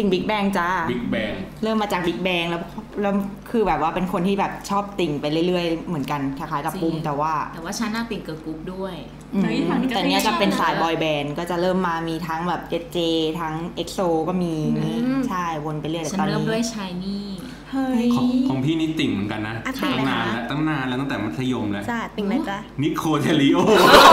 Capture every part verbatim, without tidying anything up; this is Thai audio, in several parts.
ติ่งบิ๊กแบงจ้า Big Bang เริ่มมาจากบิ๊กแบงแล้วแล้วคือแบบว่าเป็นคนที่แบบชอบติ่งไปเรื่อยๆเหมือนกันคล้ายๆกับปุ้มแต่ว่าแต่ว่าฉันน่าติ่งเกิร์ลกรุ๊ปด้วยแต่เนี้ยจะเป็นสายบอยแบนด์ก็จะเริ่มมามีทั้งแบบเจเจทั้งเอ็กโซก็มีใช่วนไปเรื่อยแต่ตอนนี้ฉันเริ่มด้วยชายนี่ของของพี่นี่ติ่งเหมือนกันนะตั้งนานแล้วตั้งนานแล้วตั้งแต่มัธยมแล้วจ้าติ่งไหมจ้านิโคเทลิโอ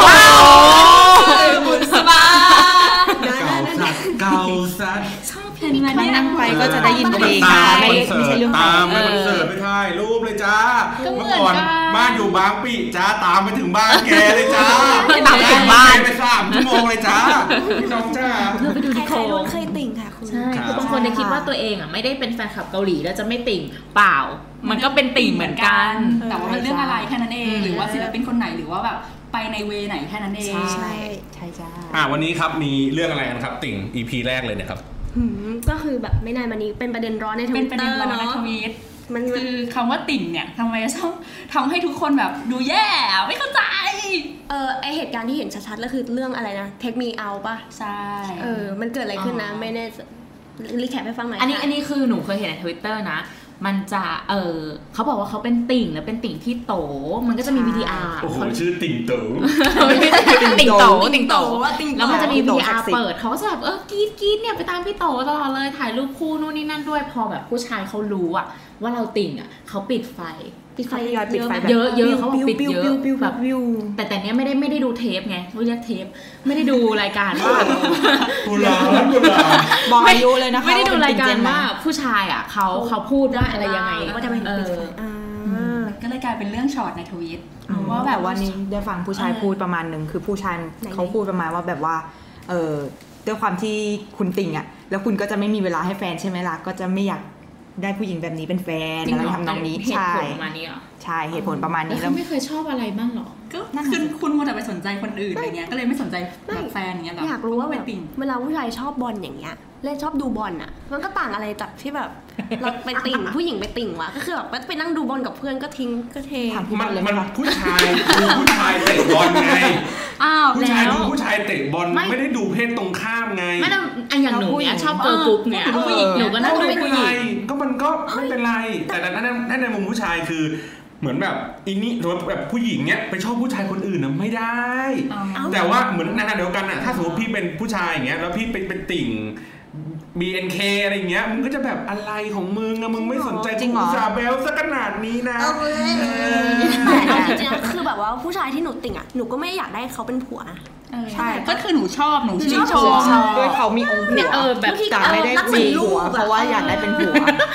บุญสบาเก่าสัตว์เก่าสัตว์ชอบเพลงนี้มันนั่งไปก็จะได้ยินเพลงไม่ไม่ใช่เรื่องตามไปคอนเสิร์ตไปถ่ายรูปเลยจ้าเมื่อก่อนบ้านอยู่บางปีจ้าตามไปถึงบ้านแกเลยจ้าตามไปถึงบ้านไปสามชั่วโมงเลยจ้าพี่น้องจ้าเพื่อไปดูนิโคเคยติ่งค่ะคุณใช่คือบางคนเนี่ยคิดว่าตัวเองอ่ะไม่ได้เป็นแฟนคลับเกาหลีแล้วจะไม่ติ่งเปล่ามันก็เป็นติ่งเหมือนกันแต่ว่ามันเรื่องอะไรแค่นั้นเองหรือว่าศิลปินคนไหนหรือว่าแบบไปในเวไหนแค่นั้นเองใช่ใช่จ้าอ่าวันนี้ครับมีเรื่องอะไรกันครับติ่ง อี พี แรกเลยเนี่ยครับก็คือแบบไม่นานมานี้เป็นประเด็นร้อนในทวิตเตอร์เนาะมันคือคำว่าติ่งเนี่ยทำไมต้องทำให้ทุกคนแบบดูแย่ไม่เข้าใจเออไอเหตุการณ์ที่เห็นชัดๆแล้วคือเรื่องอะไรนะ Take Me Out ป่ะใช่เออมันเกิดอะไรขึ้นนะไม่แน่รีแคปให้ฟังหน่อยอันนี้อันนี้คือหนูเคยเห็นใน Twitter นะมันจะเออเขาบอกว่าเขาเป็นติ่งแล้วเป็นติ่งที่โตมันก็จะมี วี ดี อาร์โอ้โหชื่อติ่งโตติ่งโตติ่งโตแล้วมันจะมี วี ดี อาร์ เปิดเขาก็จะแบบเออกรี๊ดกรี๊ดเนี่ยไปตามพี่โตตลอดเลยถ่ายรูปคู่นู่นนี่นั่นด้วยพอแบบผู้ชายเขารู้อะว่าเราติ่งอะเขาปิดไฟปิดไฟเยอะปิดไฟเยอะเยอะเขาบอกปิดเยอะแบบแต่แต่เนี้ยไม่ได้ไม่ได้ดูเทปไงไม่เรียกเทปไม่ได้ดูรายการว่ากูรอกูรอบอกอายุเลยนะคะไม่ได้ดูรายการว่าผู้ชายอ่ะเขาเขาพูดว่าอะไรยังไงก็จะเป็นปิดไฟก็เลยกลายเป็นเรื่องช็อตในทวิตว่าแบบว่านี้ได้ฟังผู้ชายพูดประมาณนึงคือผู้ชายเขาพูดประมาณว่าแบบว่าเออด้วยความที่คุณติ่งอ่ะแล้วคุณก็จะไม่มีเวลาให้แฟนใช่ไหมล่ะก็จะไม่อยากได้ผู้หญิงแบบนี้เป็นแฟนอะไรทำนองนี้ใช่ประมาณนี้เหรอใช่เหตุผลประมาณนี้แล้วไม่เคยชอบอะไรบ้างหรอก็คือคุณมัวแต่ไปสนใจคนอื่นอะไรเงี้ยก็เลยไม่สนใจแบบแฟนอย่างเงี้ยหรออยากรู้ว่าแบบเวลาผู้ชายชอบบอลอย่างเงี้ยเล่นชอบดูบอลอ่ะมันก็ต่างอะไรจากที่แบบเราไปติ่งผู้หญิงไปติ่งวะก็คือแบบไปนั่งดูบอลกับเพื่อนก็ทิ้งก็เทมันมันผู้ชายดูผู้ชายเตะบอลไงอ้าวผู้ชายดูผู้ชายเตะบอลไม่ได้ดูเพศตรงข้ามไงไม่ต้องอย่างหนูเนี้ยชอบเกิร์ลกรุ๊ปเนี่ยผู้หญิงหนูก็นั่งดูผู้หญิงก็มันก็ไม่เป็นไรแต่แต่ในในมุมผู้ชายคือเหมือนแบบอินี่สมมติแบบผู้หญิงเนี้ยไปชอบผู้ชายคนอื่นนะไม่ได้แต่ว่าเหมือนในขณะเดียวกันอ่ะถ้าสมมติพี่เป็นผู้ชายอย่างเงี้ยแล้วพี่เป็นเป็นติ่ง บี เอ็น เค อะไรเงี้ยมึงก็จะแบบอะไรของมึงอะมึงไม่สนใจกูซาเบลสักขนาดนี้นะแต่จริงๆคือแบบว่าผู้ชายที่หนูติ่งอ่ะหนูก็ไม่อยากได้เขาเป็นผัวนะใช่ก็คือหนูชอบหนูชื่นชมด้วยเขามีองค์ผัวเออแบบแต่ไม่ได้มีผัวเพราะว่าอยากได้เป็นผัว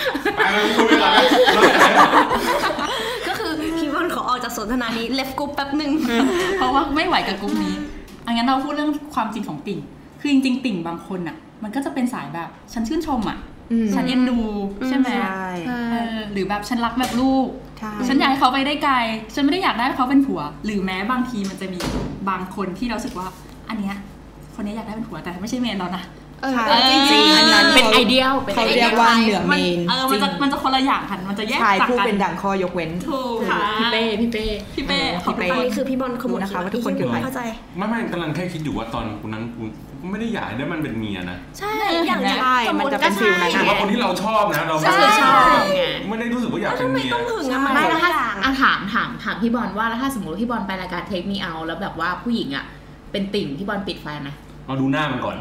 ก็คือพี่บอลขอออกจากสนทนานี้เลฟกรุ๊ปแป๊บนึงเพราะว่าไม่ไหวกับกรุ๊ปนี้อันงั้นเราพูดเรื่องความจริงของติ่งคือจริงๆติ่งบางคนอ่ะมันก็จะเป็นสายแบบฉันชื่นชมอ่ะฉันเอ็นดูใช่ไหมหรือแบบฉันรักแบบลูกฉันอยากให้เขาไปได้ไกลฉันไม่ได้อยากได้เขาเป็นผัวหรือแม้บางทีมันจะมีบางคนที่เราสึกว่าอันเนี้ยคนนี้อยากได้เป็นผัวแต่ไม่ใช่เมนเรานะจริงๆอันนั้นเป็นไอเดียลเขาเรียกว่าเหนือเมนเออมันจะมันจะคนละอย่างค่ะมันจะแยกจากกันชายผู้เป็นดังคอยกเว้นถูกค่ะพี่เป้พี่เป้พี่เป้พี่เป้นี่คือพี่บอลขโมยนะคะว่าทุกคนคือใครเข้าใจไม่ไม่กำลังแค่คิดอยู่ว่าตอนคุณนั้นคุณไม่ได้อยากได้มันเป็นเมียนะใช่อย่างใช่มันจะเป็นฟิลนั้นแต่ว่าคนที่เราชอบนะเราไม่ชอบไม่ได้รู้สึกว่าอยากเป็นเมียไม่แล้วถ้าถามถามถามพี่บอลว่าแล้วถ้าสมมติพี่บอลไปรายการ Take Me Out แล้วแบบว่าผู้หญิงอ่ะเป็นติ่งพี่บอลปิดไฟไหมเอาดูหน้ามันก่อน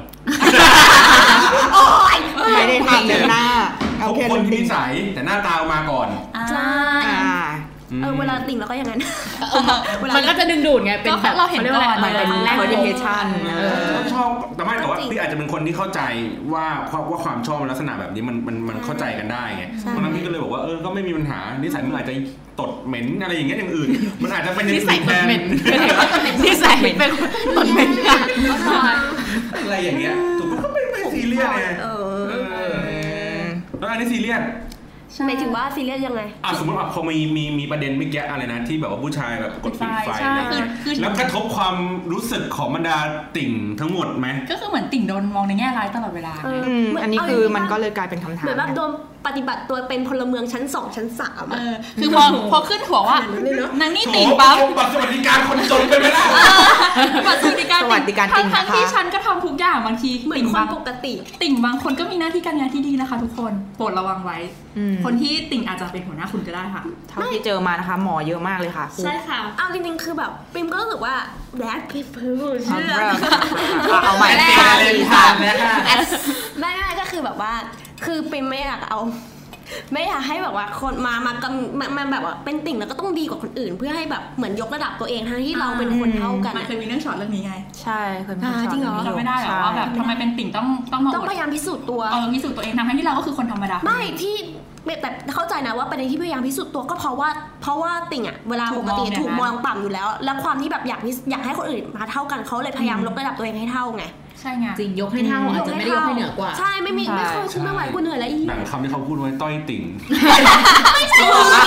ไม่ได้ทำเดินหน้าเอาแค่คนที่นิสัยแต่หน้าตามาก่อนใช่เออเวลาติ่งแล้วก็อย่างนั้นมันก็จะดึงดูดไงเป็นแบบเราเห็นก่อนมันเป็นแรงคอร์ดิเนชั่นชอบแต่ไม่แต่ว่าพี่อาจจะเป็นคนที่เข้าใจว่าว่าความชอบลักษณะแบบนี้มันมันมันเข้าใจกันได้ไงเพราะนั้นพี่ก็เลยบอกว่าเออก็ไม่มีปัญหานิสัยมันอาจจะตดเหม็นอะไรอย่างเงี้ยอย่างอื่นมันอาจจะเป็นนิสัยตดเหม็นนิสัยเป็นตดเหม็นอะไรอย่างเงี้ยถูกมันก็ไม่ไม่ซีเรียสไงเออแล้วอันนี้ซีเรียสหมายถึงว่าซีเรียสยังไงอ่ะสมมติว่าพอมีมีมีประเด็นเมื่อกี้อะไรนะที่แบบว่าผู้ชายแบบกดปิดไฟอะไรเงี้ยแล้วกระทบความรู้สึกของบรรดาติ่งทั้งหมดไหมก็คือเหมือนติ่งโดนมองในแง่ร้ายตลอดเวลาอันนี้คือมันก็เลยกลายเป็นคำถามเหมือนแบบโดนปฏิบัติตัวเป็นพลเมืองชั้นสองชั้นสามอ่ะคือพอพอขึ้นหัวว่านางนี่ติ่งปั๊บบัตรสวัสดิการคนจนไปไหมล่ะบัตรสวัสดิการสวัสดิการติ่งทั้งที่ฉันก็ทำทุกอย่างบางทีเหมือนคนปกติติ่งบางคนก็มีหน้าที่การงานที่ดีนะคะทุกคนโปรดระวังไว้คนที่ติ่งอาจจะเป็นหัวหน้าคุณก็ได้ค่ะเท่าที่เจอมานะคะหมอเยอะมากเลยค่ะใช่ค่ะเอาจริงๆคือแบบปิมก็รู้สึกว่า that people เชื่อเอาใหม่เลยค่ะไม่ไม่ก็คือแบบว่าคือปิมไม่อยากเอาไม่อยากให้แบบว่าคนมามากำมาแบบว่าเป็นติ่งแล้วก็ต้องดีกว่าคนอื่นเพื่อให้แบบเหมือนยกระดับตัวเองทั้งที่เราเป็นคนเท่ากันมันเคยมีเรื่องช็อตเรื่องนี้ไงใช่เคยมีช็อตจริงเหรอเราไม่ได้หรอว่าแบบทำไมเป็นติ่งต้องต้องมาต้องพยายามพิสูจน์ตัวเออพิสูจน์ตัวเองทั้งที่เราก็คือคนธรรมดาไม่ที่แต่เข้าใจนะว่าประเด็นที่พยายามพิสูจน์ตัวก็เพราะว่าเพราะว่าติ่งอ่ะเวลาปกติถูกมองต่ำอยู่แล้วแล้วความที่แบบอยากอยากให้คนอื่นมาเท่ากันเขาเลยพยายามยกระดับตัวเองให้เท่าไงใช่ไงจริงยกให้เท่าอาจจะไม่ได้ยกให้เหนือกว่าใช่ไม่มีไม่เคยคุณไม่ไหวกูเหนื่อยแล้วอีหนังคำที่เขาพูดไว้ต้อยติ่งไม่ใช่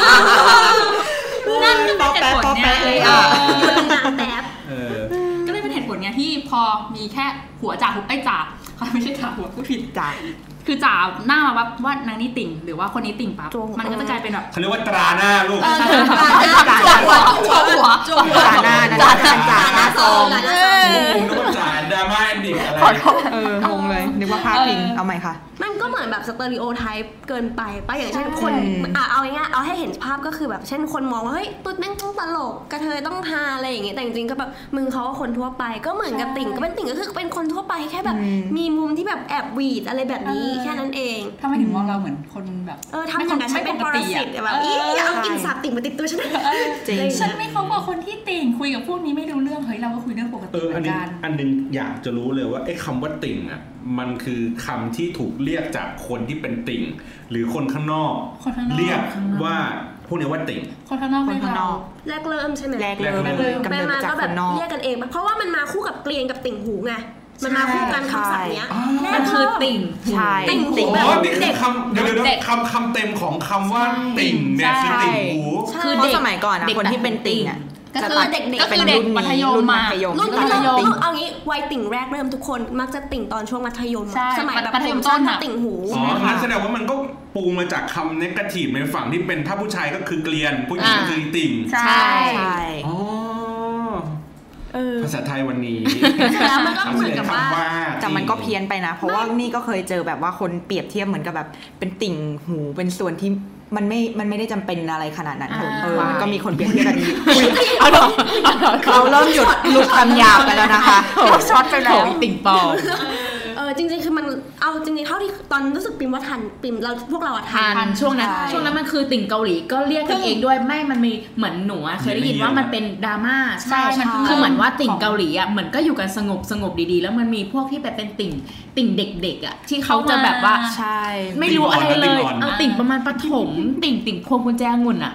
นั่นก็เป็นเหตุผลเนี่ยเลยอ่ะนางแบบก็เลยเป็นเหตุผลเนี่ยที่พอมีแค่หัวจ่าหัวไอ้จ่าเขาไม่ใช่จ่าหัวผู้ผิดจ่าคือจ่าหน้ามาว่าว่านางนี่ติ่งหรือว่าคนนี้ติ่งปั๊บมันก็จะกลายเป็นแบบเขาเรียกว่าตราหน้าลูกตราหัวหัวตราหน้าจ่าจ่าหน้าซองนึกว่าจ่าดราม่าแอนดี้อะไรเอองงเลยนึกว่าภาพพิงเอาใหม่ค่ะมันก็เหมือนแบบสเตอริโอไทป์เกินไปป่ะอย่างเช่นคนอ่ะเอาง่ายๆเอาให้เห็นภาพก็คือแบบเช่นคนมองว่าเฮ้ยตุ๊ดแม่งต้องตลกกระเทยต้องฮาอะไรอย่างเงี้ยแต่จริงๆก็แบบมึงเขาก็คนทั่วไปก็เหมือนกับติ่งก็เป็นติ่งก็คือเป็นคนทั่วไปแค่แบบมีมุมที่แบบแอบวีดอะไรแบบนี้แค่นั้นเองทำไมถึงมองเราเหมือนคนแบบเออทำอย่างนั้นฉันเป็นปรสิตแบบอีอย่าเอากินสาบติ่งมาติดตัวฉันจริงฉันไม่เขาบอกคนที่ติ่งคุยกับพวกนี้ไม่รู้เรื่องเฮ้ยเราก็คุยเรื่องปกติเหมือนกันอันนึงอยากจะรู้เลยว่าไอ้คำว่าติ่งอ่ะมันคือคำที่ถูกเรียกจากคนที่เป็นติ่งหรือคนข้างนอกเรียกว่าพวกนี้ว่าติ่งคนข้างนอกคนข้างนอกแรกเริ่มใช่ไหมแรกเริ่มกำเนิดมาจากคนนอกเรียกกันเองเพราะว่ามันมาคู่กับเกลียนกับติ่งหูไงมันมาคู่กันคำศัพท์เนี้ยมันคือติ่งใช่ติ่งหูแบบเด็กคำเดี๋ยวเดี๋ยวคำคำเต็มของคำว่าติ่งเนี่ยคือติ่งหูคือเด็กสมัยก่อนนะคนที่เป็นติ่งอ่ะก็คือเด็กๆก็คือเด็กมัธยมมารุ่นมัธยมเอางี้วัยติ่งแรกเริ่มทุกคนมักจะติ่งตอนช่วงมัธยมสมัยแบบมัธยมต้นน่ะติ่งหูอ๋องั้นแสดงว่ามันก็ปูมาจากคำเนกาทีฟในฝั่งที่เป็นถ้าผู้ชายก็คือเกลียนผู้หญิงคือติ่งใช่อ๋อภาษาไทยวันนี้แล้วมันก็เหมือนกับว่าแต่มันก็เพี้ยนไปนะเพราะว่านี่ก็เคยเจอแบบว่าคนเปรียบเทียบเหมือนกับแบบเป็นติ่งหูเป็นส่วนที่มันไม่มันไม่ได้จำเป็นอะไรขนาดนั้นเออมันก็มีคนเปรียบเทียบกันเอาเราเริ่มหยุดลุกคำหยาบไปแล้วนะคะช็อตไปแล้วติ่งปอเออจริงๆคือมันเอาจริงๆเท่าที่ตอนรู้สึกปิมว่าทันปิมเราพวกเราอะทันช่วงนั้นช่วงนั้นมันคือติ่งเกาหลีก็เรียกกันเองด้วยไม่มันมีเหมือนหนูเคยได้ยินว่ามันเป็นดราม่าใช่มันคือเหมือนว่าติ่งเกาหลีอะเหมือนก็อยู่กันสงบสงบดีๆแล้วมันมีพวกที่แบบเป็นติ่งติ่งเด็กๆอะที่เขาจะแบบว่าใช่ไม่รู้อะไรเลยเอาติ่งประมาณประถมติ่งติ่งพวงกุญแจองุ่นอะ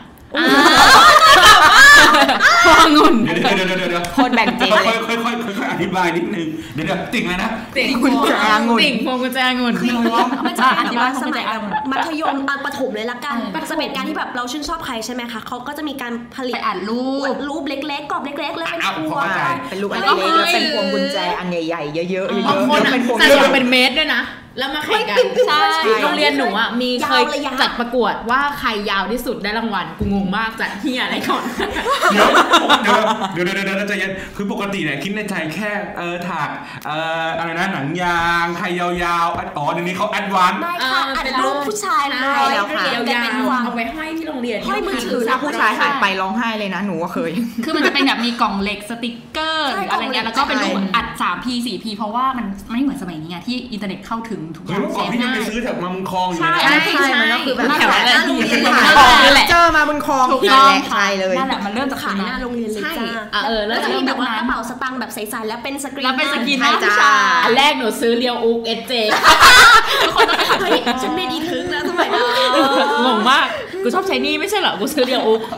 พวงองุ่นเดี๋ยวเดี๋ยวเดี๋ยวเดี๋ยวโคตรแบ่งเจนเลยค่อยๆค่อยๆอธิบายนิดนึงเดี๋ยวเดี๋ยวติ่งเลยนะติ่งกุญแจองุ่นติ่งพวงกุญแจองุ่นไม่ใช่อธิบายสมัยแบบมัธยมตอนประถมเลยละกันสมัยการที่แบบเราชื่นชอบใครใช่ไหมคะเขาก็จะมีการผลิตอ่านรูปรูปเล็กๆกรอบเล็กๆแล้วเป็นพวงเป็นรูปเล็กๆแล้วเป็นพวงกุญแจอันใหญ่ๆเยอะๆเยอะๆเป็นพวงแต่เป็นเมตรด้วยนะแล้วมาแข่งกันใช่โรงเรียนหนูอ่ะมีเคยจัดประกวดว่าใครยาวที่สุดได้รางวัลกูงงมากจัดเฮียอะไรก่อนเดี๋ยวเดี๋ยวเดี๋ยวเดี๋ยวเดี๋ยวใจเย็นคือปกติเนี่ยคิดในใจแค่เออถากเอ่ออะไรนะหนังยางใครยาวๆอ๋อเดี๋ยวนี้เขาแอดวานซ์ไม่ค่ะอัดรูปผู้ชายเลยแล้วค่ะยาวๆเอาไปห้อยที่โรงเรียนห้อยมือถือถ้าผู้ชายหายไปร้องไห้เลยนะหนูก็เคยคือมันจะเป็นแบบมีกล่องเหล็กสติ๊กเกอร์หรืออะไรเงี้ยแล้วก็เป็นรูปอัด สามพี สี่พี เพราราะว่ามันไม่เหมือนสมัยนี้ไงที่อินเทอร์เน็ตเข้าถึงทุกอย่างก่อนที่จะไปซื้อแถวมาบุญคลองอยู่ใช่ใช่มันก็คือแบบแถวนั้นแหละเจอมาบุญคลองถูกต้องใช่เลยนั่นแหละมันเริ่มจากขายหน้าโรงเรียนเลยจ้าเออแล้วจะมีแบบว่ากระเป๋าสตางค์แบบใสๆแล้วเป็นสกรีนแล้วเป็นสกรีนหน้าผู้ชายอันแรกหนูซื้อเรียวอุกเอสเจทุกคนต้องเฮ้ยฉันไม่ดีถึงนะสมัยนั้นงงมากกูชอบใช้นี่ไม่ใช่เหรอกูซื้อเรียวอุก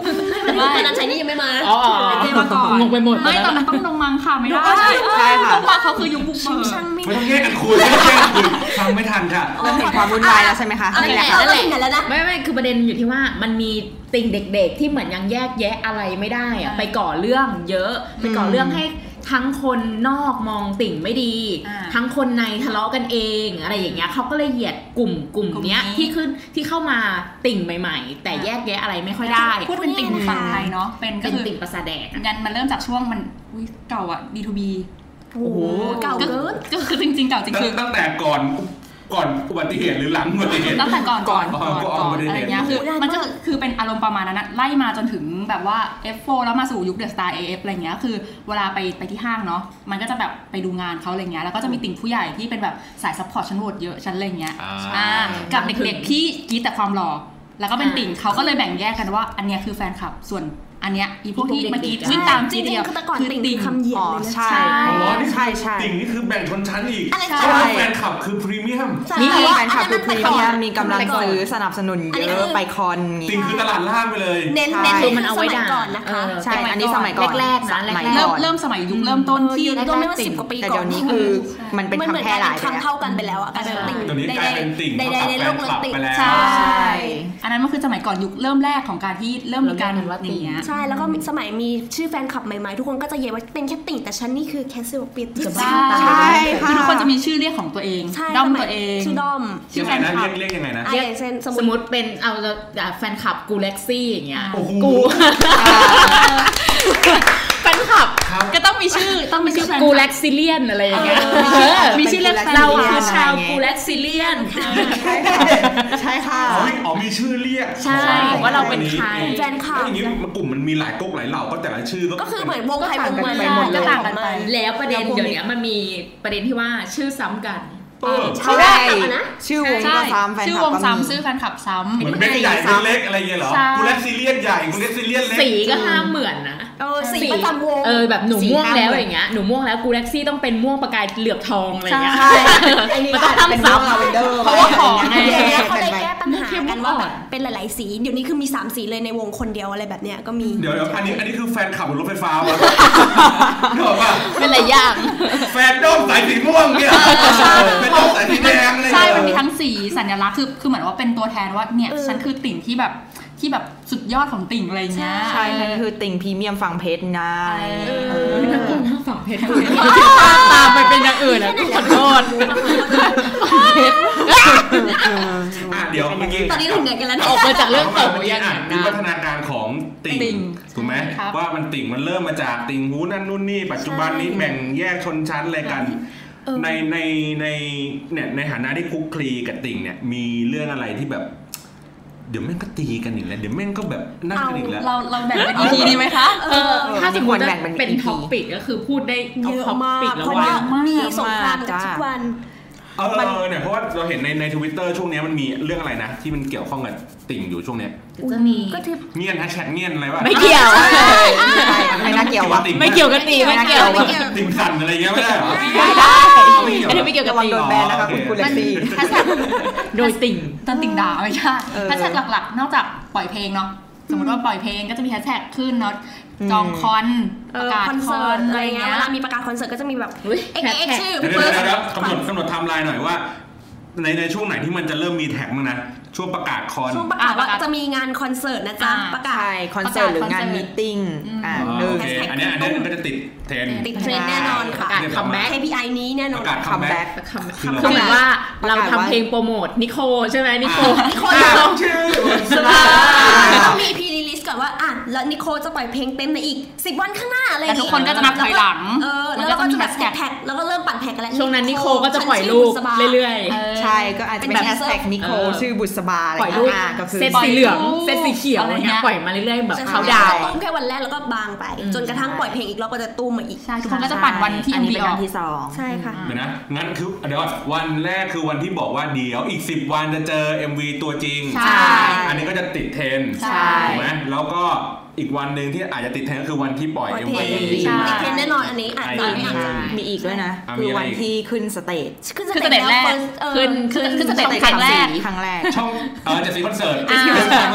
ไม่ตอนนั้นชายนี่ยังไม่มาอ๋อเทมาก่อนงงไปหมดไม่ตอนนั้นต้องดงมังค่ะไม่ได้ใช่ค่ะดงมังเขาคือยุคบุกเบิกช่างไม่ไม่ต้องแยกกันคุยไม่ต้องแยกกันคุยฟังไม่ทันค่ะเริ่มเห็นความวุ่นวายแล้วใช่ไหมคะนั่นแหละนั่นแหละนั่นแหละแล้วนะไม่ไม่คือประเด็นอยู่ที่ว่ามันมีติ่งเด็กๆที่เหมือนยังแยกแยะอะไรไม่ได้อะไปก่อเรื่องเยอะไปก่อเรื่องให้ทั้งคนนอกมองติ่งไม่ดี ทั้งคนในทะเลาะกันเองอะไรอย่างเงี้ยเขาก็เลยเหยียดกลุ่มกลุ่มเนี้ยที่ขึ้นที่เข้ามาติ่งใหม่ๆแต่แยกแยะอะไรไม่ค่อยได้พูดเป็นติ่งฝั่งไทยเนาะเป็นก็เป็นคือติ่งประสาแดกงั้นมันเริ่มจากช่วงมันอุ้ยเก่าอ่ะ ดี ทู บีโอ้โหเก่าก็เกินก็คือจริงๆเก่าจริงคือตั้งแต่ก่อนก่อนอุบัติเหตุหรือหลังอุบัติเหตุตั้งแต่ก่อนก่อนก่ก่ออน นก่อนก่อนอุบัติเหตุอะไรเงี้ยคือมันก็คือเป็นอารมณ์ประมาณนั้นนะไล่มาจนถึงแบบว่า เอฟ โฟร์ แล้วมาสู่ยุค The Star เอ เอฟ อะไรเงี้ยคือเวลาไปไปที่ห้างเนาะมันก็จะแบบไปดูงานเขาอะไรเงี้ยแล้วก็จะมีติ่งผู้ใหญ่ที่เป็นแบบสายซัพพอร์ตชั้นโหวตเยอะชั้นอะไรเงี้ยอ่าอ่ากับเด็กๆที่กรี๊ดแต่ความหล่อแล้วก็เป็นติ่งเขาก็เลยแบ่งแยกกันว่าอันเนี้ยคือแฟนคลับส่วนอันเนี้ยอีพวกที่เมื่อกี้วิ่งตามจจีริงเดียวๆคือแต่ก่อนคือติ่งติ่งคำเหยียดอ๋อเลยนะใช่อ๋อนี่ใช่ใช่ติ่งนี่คือแบ่งชนชั้นอีกอะไรเพราะว่าแฟนคลับคือพรีเมียมนี่แต่ว่าแฟนคลับคือพรีเมียมมีกำลังแต่ก่อนซื้อสนับสนุนเยอะไปคอนติ่งคือตลาดล่างไปเลยเน้นใช่เน้นคือมันเอาไว้สมัยด่าก่อนนะคะใช่อันนี้สมัยก่อนแรกๆนะสมัยแรกๆก่เริ่อมนเริ่มสมัยยุคเริ่มต้นที่ที่ก็ไม่ว่าสิบกว่าปีก่อนแต่เดี๋ยวนี้คือมันเป็นมันเหมือนคำแพร่หลายไปคำแล้วเท่ากันไปแล้วอ่ะกลายเป็นติ่งเดี๋ยวนี้กลายเป็นติ่งใดๆในโลกเท่ากับแฟนคลับติ่งไปแล้วใช่ใช่อันนั้นมันคือสมัยก่อนยุคเริ่มแรกของการที่เริ่มมีการเริ่มว่าติ่งอย่างเงี้ยใช่แล้วก็สมัยมีชื่อแฟนคลับใหม่ๆทุกคนก็จะเย็นว่าเป็นแค่ติ่งแต่ฉันนี่คือแคสซิลเปียที่ใช่ใช่ค่ะคือทุกคนจะมีชื่อเรียกของตัวเองใช่ด้อมสมัยตัวเองชื่อด้อมยังไงนะเรียกเรียกยังไงนะอ่ะอย่างเช่นสมสมมมติติเป็นเอาแฟนคลับกูเล็กซี่อย่างเงี้ยโอ้โหกูแฟนคลับครับก็ต้องมีชื่อต้องมีชื่อแฟนกูเล็กซิเลียนอะไรอย่างเงี้ยเออมีชื่อเรียกแฟนเราคลัคืบอชาวกูเล็กซิเลียนใช่ค่ะอ๋ออ๋อมีชื่อเรียกใช่ว่าเราเป็นใครแฟนคลับแล้วอย่างนี้มันกลุ่มมันมีหลายก๊กหลายเหล่าก็แต่ละชื่อก็คือเหมือนวงใครวงมันไปหมดเลยก็ต่างกันไปแล้วประเด็นเดี๋ยวนี้มันมีประเด็นที่ว่าชื่อซ้ำกันเออใช่ใช่นะชื่อวงใช่ก็ซ้ำแฟนชื่อคลัวบงก็มีซ้ำชื่อแฟนคลับซ้ำเหมือนเป็นใหญ่เป็นเล็กอะไรอย่างเงี้ยเหรอใช่กูเล็กซีเรียสใหญ่กูเล็กซีเรียสเล็กสีก็ห้ามเหมือนนะเออสีประจำวงเออแบบหนูม่วงสีห้ามแล้วเหมือนอย่างเงี้ยหนูม่วงแล้วกูแล็กซี่ต้องเป็นม่วงประกายเหลือบทองอะไรอย่างเงี้ยใช่ไอ้นี่มันก็ต้องอาจจะเป็นทำม่วงซ้ำลาเวนเดอร์เพราะว่าของอะไรเดี๋ยวอย่างนี้เงี้ยเขาเลยไปแก้ปัญหากันว่าแบบเป็นหลายๆสีเดี๋ยวนี้คือมีสามสีเลยในวงคนเดียวอะไรแบบเนี้ยก็มีเดี๋ยวเดี๋ยวอันนี้อันนี้คือแฟนขับรถไฟฟ้าวะนึกออกป่ะเป็นหลายอย่างแฟนด้อมสายสีม่วงเนี่ยแฟนด้อมสายสีแดงอะไรอย่างใช่เงี้ยมันมีทั้งสีสัญลักษณ์คือคือเหมือนว่าเป็นตัวแทนว่าเนี่ยเออฉันคือติ่งที่แบบที่แบบสุดยอดของติ่งอะไรเงี้ยใช่นั่นคือติ่งพรีเมียมฝั่งเพชรนะเออเออน่ากลัวมากฝั่งเพชรตามไปเป็นอย่างอื่นนะขอโทษอ่ะเดี๋ยวเมื่อกี้ตอนนี้ถึงไหนกันแล้วอเนี่ยอกมาจากเรื่องเมื่เก่าอกี้ยังอ่ะวิวัฒนาการของติ่งติ่งถูกไหมครับว่ามันติ่งมันเริ่มมาจากติ่งหูนั่นนู่นนี่ปัจจุบันนี้แบ่งแยกชนชั้นอะไรกัน ในในในเนี่ยในฐานะที่คุกคลีกับติ่งเนี่ยมีเรื่องอะไรที่แบบ เดี๋ยวแม่งก็ตีกันอีกแล้วเดี๋ยวแม่งก็แบบนั่นกันอีกแล้วเราเราแบ่งเป็น อี พี ดีไหมคะเออถ้าสมมติแบ่งเป็นเป็นอี พีท็อปปิกก็คือพูดได้เยอะท็อปมาปิกกแล้วเพราะว่าว่ามีสงครามกับทุกวันเออเนี่ยเพราะว่าเราเห็นในในทวิตเตอร์ช่วงนี้มันมีเรื่องอะไรนะ ที่มันเกี่ยวข้องกับติ่งอยู่ช่วงเนี้ยจะมีก็ที่เงียนแฮชแท็กเงียนอะไรวะไม่เกี่ยวไม่น่าเกี่ยววะไม่เกี่ยวกันตีไม่เกี่ยวไม่ไม่เกี่เกี่ยยว วติ่งสั่นอะไรเงี้ยไม่ได้เหรอไม่ได้อันนี้ไม่เกี่ยวกับระวังตีโดนแบนนะคะคุณคุณเล็กซี่แฮชแท็กโดยติ่งตอนติ่งด่าไม่ใช่เออแฮชแท็กหลักๆ นอกจากปล่อยเพลงเนาะสมมติว่าปล่อยเพลงก็จะมีแฮชแท็กขึ้นเนาะจองคอนปเออระกาศคอนคเสิอร์นตอะอะไร ไรเงี้เงี้ยยเวลามีประกาศคอนเสิร์ตก็จะมีแบบอุ๊ยเอ็กเอ็กชื่อเดี๋ยวเฟิร์สเดี๋ยวเดี๋ยวกำหนดกำหนดไทม์ไลน์หน่อยว่า ในในช่วงไหนที่มันจะเริ่มมีแท็กมั้งนะช่วงประกาศคอนช่วงประกาศว่าจะมีงานคอนเสิร์ตนะจ๊ะประกาศใช่คอนเสิร์ตหรืองานมีตติ้งอ่าอ๋อหนึ่งโอเคอันเนี้ยอันเนี้ยมันก็จะติดเทรนด์ติดเทรนด์แน่นอนค่ะประกาศคัมแบ็กเค พี ไอ นี้แน่นปอนระกาศคัมแบ็กคำคือคือเหมือนว่าเราทำเพลงโปรโมทนิโคใช่ไหมนิโคนิโคชื่อต้องมีพีรีลิสก่อนว่าอ่ะแล้วนิโคจะปล่อยเพลงเต็มในอีกสิบวันข้างหน้าอะไรอย่างแต่ทุเงี้กคนก็จะนับถอยหลังเออมันแล้วก็ก็จะมีจะแบบแฮชแท็กแท็กแล้วก็เริ่มปั่นแท็กกันแล้วช่วงนั้นนิโคก็จะปล่อยรูปเรื่อยใช่ก็อาจจะเป็นแบบแฮชแท็กนิโคเออชื่อบุษบาอะไรปล่อยรูปอ่าก็คือเซตสีเหลืองเซตสีเขียวอะไรเงี้ยปล่อยมาเรื่อยๆแบบเขาดาวตุ้มแค่วันแรกแล้วก็บางไป จนกระทั่งปล่อยเพลงอีกรอบก็จะตุ้มมาอีกใช่ทุกคนก็จะปั่นวันที่อัเอ็นมนี้วีเป็นอวัอน กที่สองใช่ค่ะเดี๋ยวนะงั้นคือเดี๋ยวก่อนวันแรกคือวันที่บอกว่าเดี๋ยวอีกสิบวันจะเจอ เอ็ม วี ตัวจริงใช่อันนี้ก็จะติดเทรนด์ใช่ถูกไหมแล้วก็อีกวันหนึ่งที่อาจจะติดเทรนด์ก็คือวันที่ปล่อยปล่อยเอ็มเพลวีงใช่ติดเทรนด์แน่นอนอันนี้อาจจะไม่อาจจะมีอีกด้วยนะอ่ะคือมีอะไรวันอีกที่ขึ้นสเตจขึ้นคือสเต็ปแรกเออขึ้นขึ้นขึ้นสเต็ปสเตจครั้งแรกครั้งแรกช่องเออเจ็ดสีคอนเสิร์ตอ่าครั้งแรก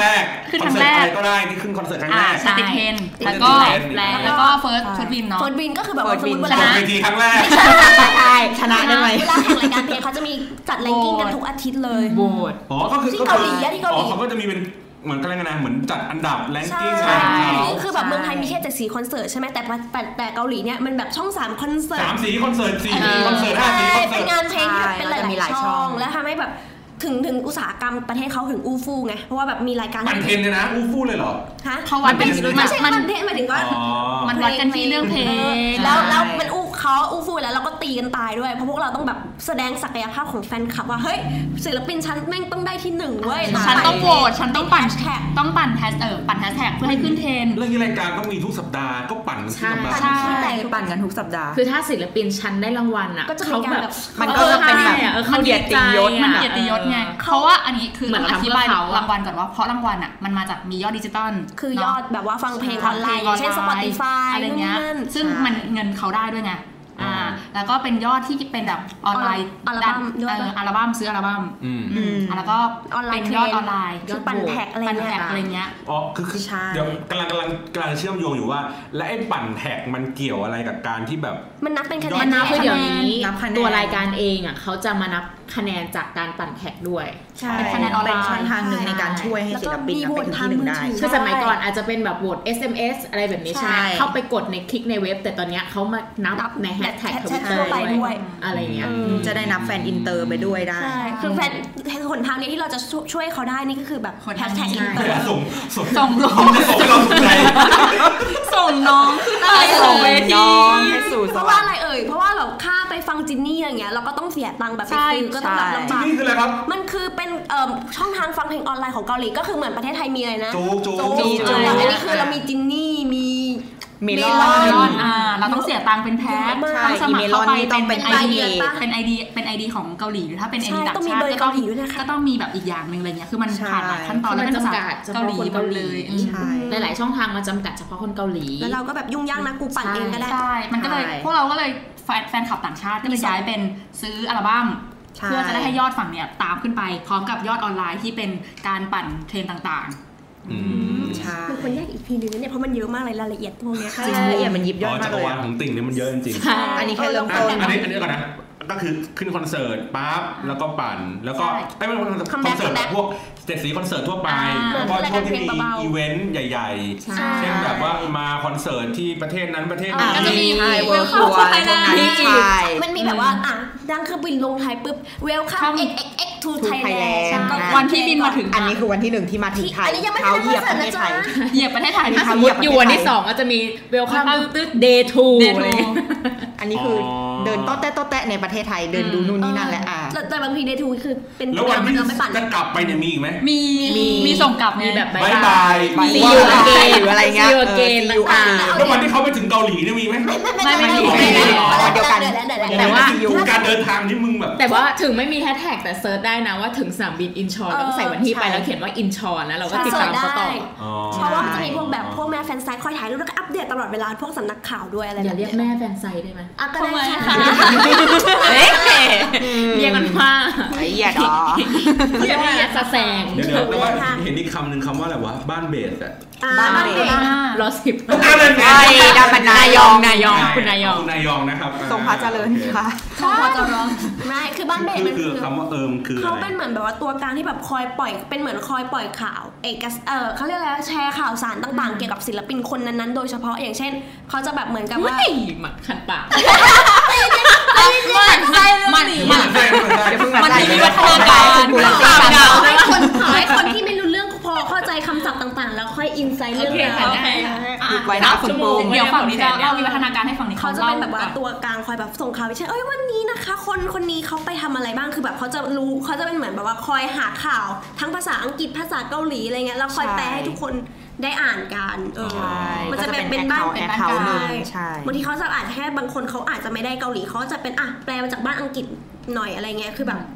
ขึ้นครั้งแรกก็ได้ที่ขึ้นคอนเสิร์ตครั้งแรกติดเทรนแล้วก็แล้วก็เฟิร์สเฟิร์สวินเนาะเฟิร์สวินก็คือแบบว่าสมมติเวลาเวทีครั้งแรกใช่ชนะได้ไหมเวลาแข่งรายการเพลงเขาจะมีจัดแรงกิ้งกันทุกอาทิตย์เลยโหวตอ๋อก็คือที่เกาหลีที่เกาหลีอ๋อเขาก็จะมีเป็นเหมือนกันเลยนะเหมือนจัดอันดับแรงกิ้งใช่คือแบบเมืองไทยมีแค่เจ็ดสีคอนเสิร์ตใช่ไหมแต่แต่แต่เกาหลีเนี่ยมันแบบช่องสามคอนเสิร์ตสามสีคอนเสิร์ตสี่สีคอนเสิร์ตห้าสีคอนเสิร์ตเป็นงานเพลงที่เป็นหลายๆช่องแล้วทำให้แบบถึงถึงอุตสาหกรรมประเทศเขาถึงอู้ฟู่ไงเพราะว่าแบบมีรายการปั่นเทรนเลยนะอู้ฟู่เลยเหรอฮะเขาวัดเป็นไม่ใช่ปั่นเทรนหมายถึงว่ามันวัดกันที่เรื่องเพลงแล้วแล้วมันอู้เขาอู้ฟู่แล้วเราก็ตีกันตายด้วยเพราะพวกเราต้องแบบแสดงศักยภาพของแฟนคลับว่าเฮ้ยศิลปินฉันแม่งต้องได้ที่หนึ่งเว้ยฉันต้องโหวตฉันต้องปั่นแท็กต้องปั่นแฮชเออปั่นแฮชแท็กเพื่อให้ขึ้นเทรนเรื่องนี้รายการก็มีทุกสัปดาห์ก็ปั่นทุกสัปดาห์ใช่แต่ปั่นกันทุกสัปดาห์คือถ้าศิลปินฉันได้รางวัลอ่ะเขาแบบมันก็จะเป็นแบบเขาเกียรติยศมันเกียรติยศไงเพราะว่าอันนี้คืออธิบายรางวัลก่อนว่าเพราะรางวัลอ่ะมันมาจากมียอดดิจิตอลคือยอดแบบว่าฟังเพลงออนไลน์เช่น Spotify อะไรเงี้ยซึ่งมันเงินเขาได้ด้วยไงอ่าแล้วก็เป็นยอดที่เป็นแบบออนไลน์อัลบั้มอัลบั้มซื้ออัลบั้มอืมแล้วก็เป็นยอดออนไลน์ยอดปั่นแท็กอะไรเงี้ยอะไรเงี้ยอ๋อคือคือเดี๋ยวกำลังกำลังกำลังเชื่อมโยงอยู่ว่าและไอ้ปั่นแท็กมันเกี่ยวอะไรกับการที่แบบมันนับเป็นคะแนนนับเดี๋ยวนี้ตัวรายการเองอ่ะเขาจะมานับคะแนนจากการปั่นแท็กด้วยเป็นคะแนนออนไลน์ช่องทางหนึ่งในการช่วยให้ศิลปินเป็นที่หนึ่งได้คือสมัยก่อนอาจจะเป็นแบบโหวต เอส เอ็ม เอส อะไรแบบนี้ใช่ไหมเข้าไปกดในคลิกในเว็บแต่ตอนนี้เขามานับในแฮชแท็กทวิตเตอร์ด้วยอะไรเงี้ยจะได้นับแฟนอินเตอร์ไปด้วยได้ใช่คือแฟนหนทางนี้ที่เราจะช่วยเขาได้นี่ก็คือแบบแฮชแท็กอินเตอร์ส่งส่งส่งน้องส่งน้องขึ้นอะไรส่งเวทีเพราะว่าอะไรเอ่ยเพราะว่าแบบค่าไปฟังจินนี่อย่างเงี้ยเราก็ต้องเสียตังค์แบบไปซื้อก็ต้องแบบลำบากนี่คืออะไรครับมันคือเป็นช่องทางฟังเพลงออนไลน์ของเกาหลีก็คือเหมือนประเทศไทยมีอะไรนะจูจูจูอันนี้คือเรามีจินนี่มีเมลอนอ่าเราต้องเสียตังค์เป็นแพ็คต้องสมัครเข้าไปเป็นไอเดียเป็นไอเดียเป็นไอดีของเกาหลีหรือถ้าเป็นไอดีต่างชาติก็ต้องก็ต้องมีแบบอีกอย่างนึงอะไรเงี้ยคือมันผ่านหลายขั้นตอนแล้วมันจำกัดเกาหลีหมดเลยหลายๆช่องทางมันจำกัดเฉพาะคนเกาหลีแล้วเราก็แบบยุ่งยากนะกูปั่นเองก็ได้ใช่มันก็เลยพวกเราก็เลยแฟนคลับต่างชาติก็เลยย้ายเป็นซื้ออัลบั้มเพื่อจะได้ให้ยอดฝั่งเนี้ยตามขึ้นไปพร้อมกับยอดออนไลน์ที่เป็นการปั่นเทรนต่างๆอืมใช่มันควรแยกอีกทีนึงเนี่ยเพราะมันเยอะมากเลยรายละเอียดพวกนี้รายละเอียดมันยิบย่อยมากเลยจักรวาลของติ่งเนี่ยมันเยอะจริงๆอันนี้แค่เริ่มต้นอันนี้อันนี้ก่อนนะก็คือขึ้นคอนเสิร์ตปั๊บแล้วก็ปั่นแล้วก็ไอ้ไม่คอนเสิร์ตแบบพวกเจ็ดสีคอนเสิร์ตทั่วไปแล้วก็พวกที่มีอีเวนต์ใหญ่ๆเช่นแบบว่ามาคอนเสิร์ตที่ประเทศนั้นประเทศนี้ก็จะมีเวิลด์ทัวร์อะไรพวกนั้นใช่มันมีแบบว่าอ่ะดังเครื่องบินลงไทยปุ๊บเวลคัม เอ็กซ์ เอ็กซ์ เอ็กซ์ ทู Thailand วันที่บินมาถึงอันนี้คือวันที่หนึ่งที่มาถึงไทยเขาเหยียบประเทศไทยเหยียบประเทศไทยนะคะอยู่วันที่สองก็จะมีเวลคัมตึ๊ด Day ทูอันนี้คือเดินโต๊ะแต๊ะโต๊ะแต๊ะในประเทศไทยเดินดูนู่นนี่นั่นแหละอ่ะแต่บางที Day ทู คือเป็นแล้ววันที่จะกลับไปเนี่ยมีอีกไหมมีมีส่งกลับมีแบบบายบายซีอูอเกนหรืออะไรเงี้ยซีอูอเกนต่างๆแล้ววันที่เขาไปถึงเกาหลีเนี่ยมีไหมไม่ไม่มีเดียวกันแต่ว่าการเดินทางนี่มึงแบบแต่ว่าถึงไม่มีแฮชแท็กแต่เซิร์ชได้นะว่าถึงสนามบินอินชอนแล้วก็ใส่วันที่ไปแล้วเขียนว่าอินชอนนะเราก็ติดตามเขาต่อเพราะว่ามันจะมีพวกแบบพวกแม่แฟนไซต์คอยถ่ายรูปแล้วก็อัปเดตตลอดเวลาพวกสำนักข่าวด้วยอะไรอย่าเรียกแม่แฟนไซต์ได้ไหมอ่ะก็ได้ค่ะเรียกกันว่าไอ้เหี้ยดอเรียกว่าสะแสงเดี๋ยวแต่ว่าเห็นอีกคำหนึ่งคำว่าอะไรวะบ้านเบสอะบ้านเบสรอสิบไอ้ดาบนายองนายองคุณนายองนายองนะครับทรงพระเจริญค่ะทรงพระเจริญไม่คือบ้านเบสมันคือคำว่าเอิมคือเขาเป็นเหมือนแบบว่าตัวกลางที่แบบคอยปล่อยเป็นเหมือนคอยปล่อยข่าวเอกเออเขาเรียกอะไรแชร์ข่าวสารต่างๆเกี่ยวกับศิลปินคนนั้นๆโดยเฉพาะอย่างเช่นเขาจะแบบเหมือนกับว่าหมักขันปากมันใช่มันมันมันมีวิวัฒนาการข่าวดาวให้คนให้คนที่ไม่รู้เรื่องพอเข้าใจคำศัพท์ต่างๆแล้วค่อยอินไซต์เรื่องราวไว้นะคุณปูเดี๋ยวฝั่งนี้จะเล่าวิวัฒนาการให้ฝั่งนี้เขาจะเป็นแบบว่าตัวกลางคอยแบบส่งข่าวเช่นเอ้ยวันนี้นะคะคนคนนี้เขาไปทำอะไรบ้างคือแบบเขาจะรู้เขาจะเป็นเหมือนแบบว่าคอยหาข่าวทั้งภาษาอังกฤษภาษาเกาหลีอะไรเงี้ยแล้วคอยแปลให้ทุกคนได้อ่านกันเออมันจะเป็นเป็นบ้านเป็นบ้านใช่บางทีเขาจะอ่านแค่บางคนเขาอาจจะไม่ได้เกาหลีเขาจะเป็นอ่ะแปลมาจากบ้านอังกฤษหน่อยอะไรเงี้ยคือแบบ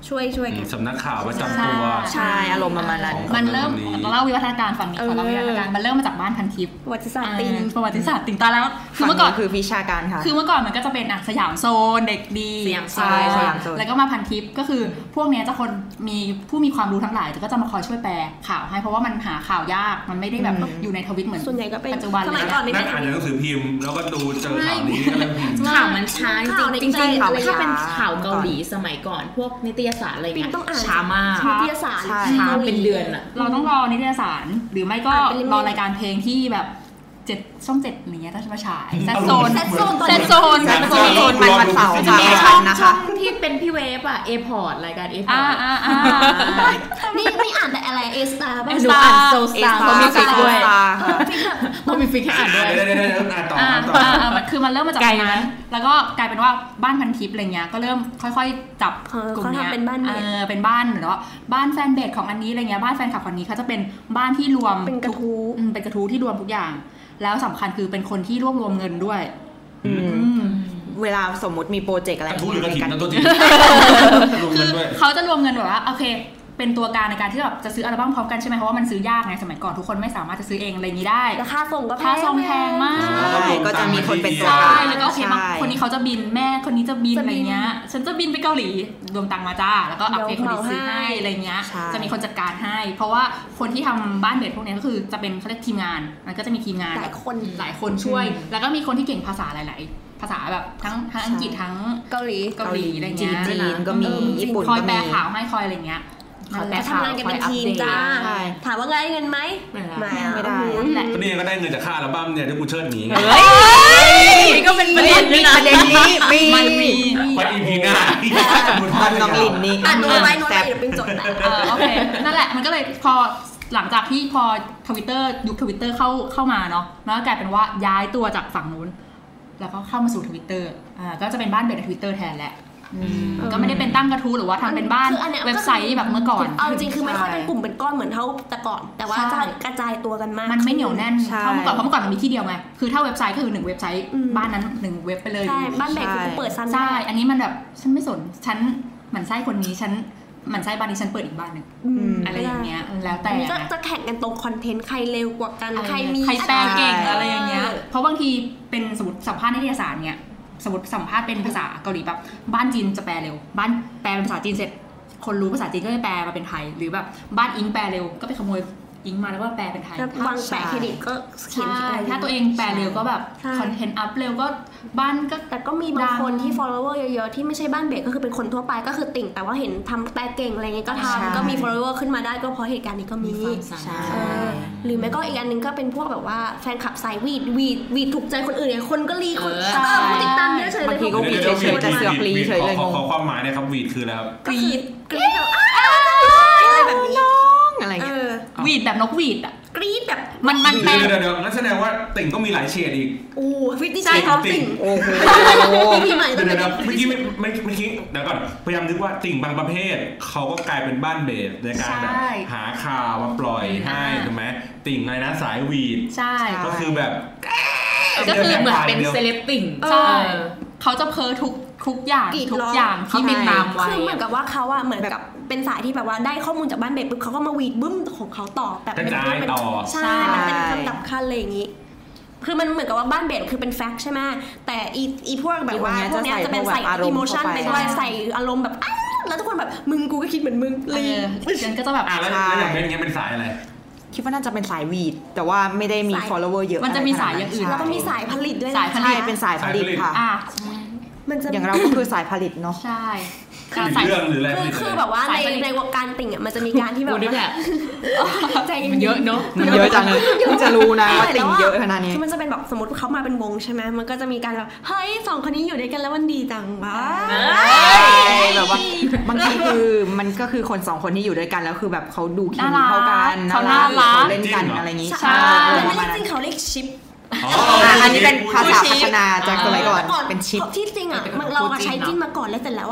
ช่วยช่วยกันสำนักข่าวประจำตัวใช่อารมณ์ประมาณนั้นมันเริ่มเราเล่าวิวัฒนาการฝั่งนี้ของเราวิวัฒนาการมันเริ่มมาจากบ้านพันทิพย์ประวัติศาสตร์ติ่งประวัติศาสตร์ติ่งตาแล้วคือเมื่อก่อนคือวิชาการค่ะคือเมื่อก่อนมันก็จะเป็นอ่ะสยามโซนเด็กดีสยามโซนแล้วก็มาพันทิพย์ก็คือพวกนี้จะคนมีผู้มีความรู้ทั้งหลายก็จะมาคอยช่วยแปลข่าวให้เพราะว่ามันหาข่าวยากมันไม่ได้แบบอยู่ในทวิตเหมือนส่วนใหญ่ก็เป็นปัจจุบันเลยนั่งอ่านหนังสือพิมพ์แล้วก็ดูเจอข่าวนี้ก็เลยพิมพ์ข่าวมันช้าจริงจริงๆถ้าเป็นข่าวเกาหลีสมัยก่อนพวกนิตยสารอะไรเงี้ยช้ามากนิตยสารช้าเป็นเดือนอะเราต้องรอนิตยสารหรือไม่ก็รอรายการเพลงที่แบบเจ็ดช่องเจ็ดอย่างเงี้ยถ้าจะมาฉายแซดโซนแซดโซนแซดโซนแซดโซนมันวันเสาร์ช่องช่องที่เป็นพี่เวฟอะเอพอร์ตรายการเอพอร์ตนี่ไม่อ่านแต่อะไรเอสตาร์บ้างดูอ่านโซสตาร์เพราะมีฟิกด้วยเพราะมีฟิกให้อ่านด้วยเดี๋ยวเดี๋ยวเดี๋ยวอ่านต่อต่อคือมันเริ่มมาจากนั้นแล้วก็กลายเป็นว่าบ้านพันทิพย์อะไรเงี้ยก็เริ่มค่อยๆจับกลุ่มเนี้ยเป็นบ้านเออเป็นบ้านหรือว่าบ้านแฟนเบสของอันนี้อะไรเงี้ยบ้านแฟนคลับคนนี้เขาจะเป็นบ้านที่รวมเป็นกระทู้เป็นกระทู้ที่รวมทุกอย่างแล้วสำคัญคือเป็นคนที่รวบรวมเงินด้วยเวลาสมมติมีโปรเจกต์อะไรทุกหรือกระถิ่นนั่นตัวจริงคือเขาจะรวมเงินแบบว่าโอเคเป็นตัวการในการที่แบบจะซื้ออัลบั้มพร้อมกันใช่ไหมเพราะว่ามันซื้อยากไงสมัยก่อนทุกคนไม่สามารถจะซื้อเองอะไรอย่างนี้ได้ราคาส่งก็แพงค่าส่งแพงมากก็จะมีคนเป็นตัวการแล้วก็โอเคบางคนนี้เขาจะบินแม่คนนี้จะบินอะไรเงี้ยฉันจะบินไปเกาหลีรวมตังค์มาจ้าแล้วก็โอเคคนนี้ซื้อให้อะไรเงี้ยจะมีคนจัดการให้เพราะว่าคนที่ทำบ้านเบ็ดพวกนี้ก็คือจะเป็นเขาเรียกทีมงานมันก็จะมีทีมงานหลายคนหลายคนช่วยแล้วก็มีคนที่เก่งภาษาหลายๆภาษาแบบทั้งทั้งอังกฤษทั้งเกาหลีเกาหลีอะไรเงี้ยจีนก็มีญี่ปุ่นคอยแปลข่าวให้คอยอะไรเงี้ยแต่ทำงานกันเป็นทีมจ้าถามว่าได้เงินไหมไม่ไม่ได้ก็นี่ก็ได้เงินจากค่าอัลบั้มเนี่ยที่กูเชิดหนีไงนี่ก็เป็นประเด็นนี้นะประเด็นนี้มีมีไปอีพีหน้ามันน้องลินนี่อ่านดูไว้โน้ตไปเดี๋ยวเป็นจดแต่โอเคนั่นแหละมันก็เลยพอหลังจากที่พอ Twitter ยุค Twitter เข้าเข้ามาเนาะแล้วก็กลายเป็นว่าย้ายตัวจากฝั่งนู้นแล้วก็เข้ามาสู่ Twitter อ่าก็จะเป็นบ้านเบ็ดใน Twitter แทนแหละก็ไม่ได้เป็นตั้งกระทู้หรือว่าทำเป็นบ้านเว็บไซต์แบบเมื่อก่อนเอาจริงคือไม่ค่อยเป็นกลุ่มเป็นก้อนเหมือนเท่าแต่ก่อนแต่ว่าจะกระจายตัวกันมากมันไม่เหนียวแน่นเท่าเมื่อก่อนเพราะเมื่อก่อนมันมีที่เดียวไงคือถ้าเว็บไซต์ก็คือหนึ่งเว็บไซต์บ้านนั้นหนึ่งเว็บไปเลยใช่บ้านแบกคือเปิดซันใช่อันนี้มันแบบฉันไม่สนฉันหมั่นไส้คนนี้ฉันหมั่นไส้บ้านนี้ฉันเปิดอีกบ้านนึงอะไรอย่างเงี้ยแล้วแต่ก็จะแข่งกันตรงคอนเทนต์ใครเร็วกว่ากันใครมีใครแปลเก่งอะไรอย่างเงี้ยเพราะบางทีเป็นสมมติสัมภาษณ์นิตยสารเนี่ยสมมติสัมภาษณ์เป็นภาษาเกาหลีแบบบ้านจีนจะแปลเร็วบ้านแปลเป็นภาษาจีนเสร็จคนรู้ภาษาจีนก็จะแปลมาเป็นไทยหรือแบบบ้านอิงแปลเร็วก็ไปขโมยอิงมาแล้วก็แปลเป็นไทยวางแปะเครดิตก็เขียนอะไรถ้าตัวเองแปลเร็วก็แบบคอนเทนต์อัพเร็วก็บ้านก็แต่ก็มีบางคนที่ follower เยอะๆที่ไม่ใช่บ้านเบรกก็คือเป็นคนทั่วไปก็คือติ่งแต่ว่าเห็นทำแปลเก่งอะไรเงี้ยก็ทำก็มี follower ขึ้นมาได้ก็เพราะเหตุการณ์นี้ก็มีหรือไม่ก็อีกอันนึงก็เป็นพวกแบบว่าแฟนคลับสายวีดวีดวีดถูกใจคนอื่นเนี่ยคนก็รีคนผู้ติดตามเยอะเฉยเลยบางทีก็วีดเฉยๆแต่เสือกรีเฉยเลยงงขอความหมายเนี่ยครับวีดคืออะไรครับกรีดกรีดแบบอะไรแบบนี้อะไรเงี้ยวีดแบบนกวีดอ่ะกรี๊ดแบบมันมันแปลเดี๋ยวเดี๋ยวงั้นแสดงว่าติ่งก็มีหลายเฉดอีกโอ้ฟิตตี้ใช่ครับติ่งโอ้โหพี่ใหม่เดี๋ยวเดี๋ยวเมื่อกี้เมื่อกี้เดี๋ยวก่อนพยายามนึกว่าติ่งบางประเภทเขาก็กลายเป็นบ้านเบสในการแบบหาข่าวมาปล่อยให้ถูกไหมติ่งอะไรนะสายวีดใช่ก็คือแบบก็คือเหมือนเป็นเซเลบติ่งใช่เขาจะเพ้อทุกทุกอย่างทุกอย่างที่ติดตามไว้คือเหมือนกับว่าเขาอะเหมือนกับเป็นสายที่แบบว่าได้ข้อมูลจากบ้านเบสปุ๊บเขาก็มาวีดบึ้มของเขาต่อแต่เป็นเป็นใช่มันเป็นลำดับขั้นอะไรอย่างงี้คือมันเหมือนกับว่าบ้านเบสคือเป็นแฟกต์ใช่ไหมแต่อีอีพวกแบบว่าพวกนี้จะเป็นใส่อิโมชันไปด้วยใส่อารมณ์แบบแล้วทุกคนแบบมึงกูก็คิดเหมือนมึงเลยฉันก็จะแบบแล้วอย่างเป็นอย่างเงี้ยเป็นสายอะไรคิดว่าน่าจะเป็นสายวีดแต่ว่าไม่ได้มี follower เยอะมันจะมีสายอย่างอื่นแล้วก็มีสายผลิตด้วยสายผลิตเป็นสายผลิตค่ะอย่างเราก็คือสายผลิตเนาะใช่เรื่องหรืออะไรคือคือแบบว่าในในวงการติ่งอ่ะมันจะมีการที่แบบใจมันเยอะเนาะมันเยอะจังเลยจะรู้นะว่าติ่งเยอะขนาดนี้คือมันจะเป็นแบบสมมติเขามาเป็นวงใช่ไหมมันก็จะมีการแบบเฮ้ยสองคนนี้อยู่ด้วยกันแล้วมันดีจังวะแบบว่าบางทีคือมันก็คือคนสองคนที่อยู่ด้วยกันแล้วคือแบบเขาดูเคมีเข้ากันเขาน่ารักเล่นกันอะไรอย่างงี้ใช่แล้วจริงๆเขาเรียกชิปอันนี้เป็นภาษาพัฒนาจากสมัยก่อนเป็นชิปที่จริงอ่ะเราใช้จิ้นมาก่อนแล้วเสร็จแล้วอ่ะ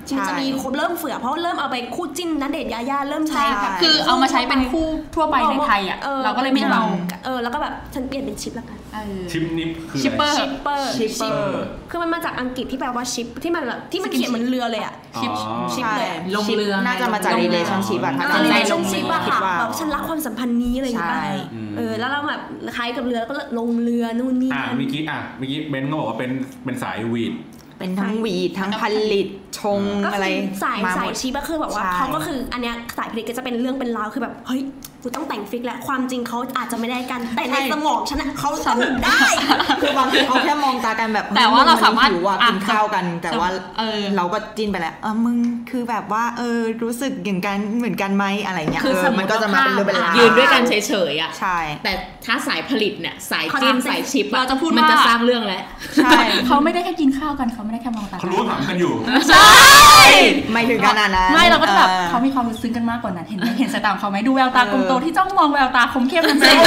มันจะมีเริ่มเฟื่อเพราะเริ่มเอาไปคู่จิ้นณเดชน์ยาย่าเริ่มใช้แบบคือเอามาใช้เป็นคู่ทั่วไปในไทยอ่ะเราก็เลยไม่เอาเออแล้วก็แบบฉันเปลี่ยนเป็นชิปละกันชิปนิปคือชิปเปอร์ชิปเปอร์ชิปเปอร์คือมันมาจากอังกฤษที่แปลว่าชิปที่มันแบบที่มันเขียนเหมือนเรือเลยอ่ะชิปชิปเลยลงเรือน่าจะมาจาก relationship อ่ะถ้าจำได้ลงเรือแบบฉันรักความสัมพันธ์นี้อะไรอย่างเงี้ยเออแล้วเราแบบคล้ายกับเรือก็ลงเรือนู่นนี่อ่ะเมื่อกี้อ่ะเมื่อกี้เบนก็บอกว่าเป็นเป็นสายวีดเป็นทั้งวีดทั้งผลิตชงอะไรสายสายชีก็คือแบบว่าเขาก็คืออันเนี้ยสายผลิตก็จะเป็นเรื่องเป็นราวคือแบบเฮ้ยกูต้องแต่งฟิกแล้วความจริงเขาอาจจะไม่ได้กันแต่ในสมองฉันเขาทำได้คือบางทีเขาแค่มองตากันแบบแต่ว่าเราสามารถว่ากินข้าวกันแต่ว่าเราก็จิ้นไปแล้วเออมึงคือแบบว่าเออรู้สึกอย่างกันเหมือนกันไหมอะไรเงี้ยคือมันก็จะมาเป็นเรื่องเป็นราวยืนด้วยกันเฉยๆอ่ะใช่แต่ถ้าสายผลิตเนี่ยสายจิ้นสายชิปเราจะพูดมันจะสร้างเรื่องแล้วใช่เขาไม่ได้แค่กินข้าวกันเขาไม่ได้แค่มองตาเขารู้ถามกันอยู่ใช่ไม่ถึงขนาดนั้นไม่เราก็แบบเขามีความรู้ซึ้งกันมากกว่านั้นเห็นไหมเห็นสายตาเขาไหมดูแววตากลมโตที่จ้องมองแววตาคมเข้มนั่นเอง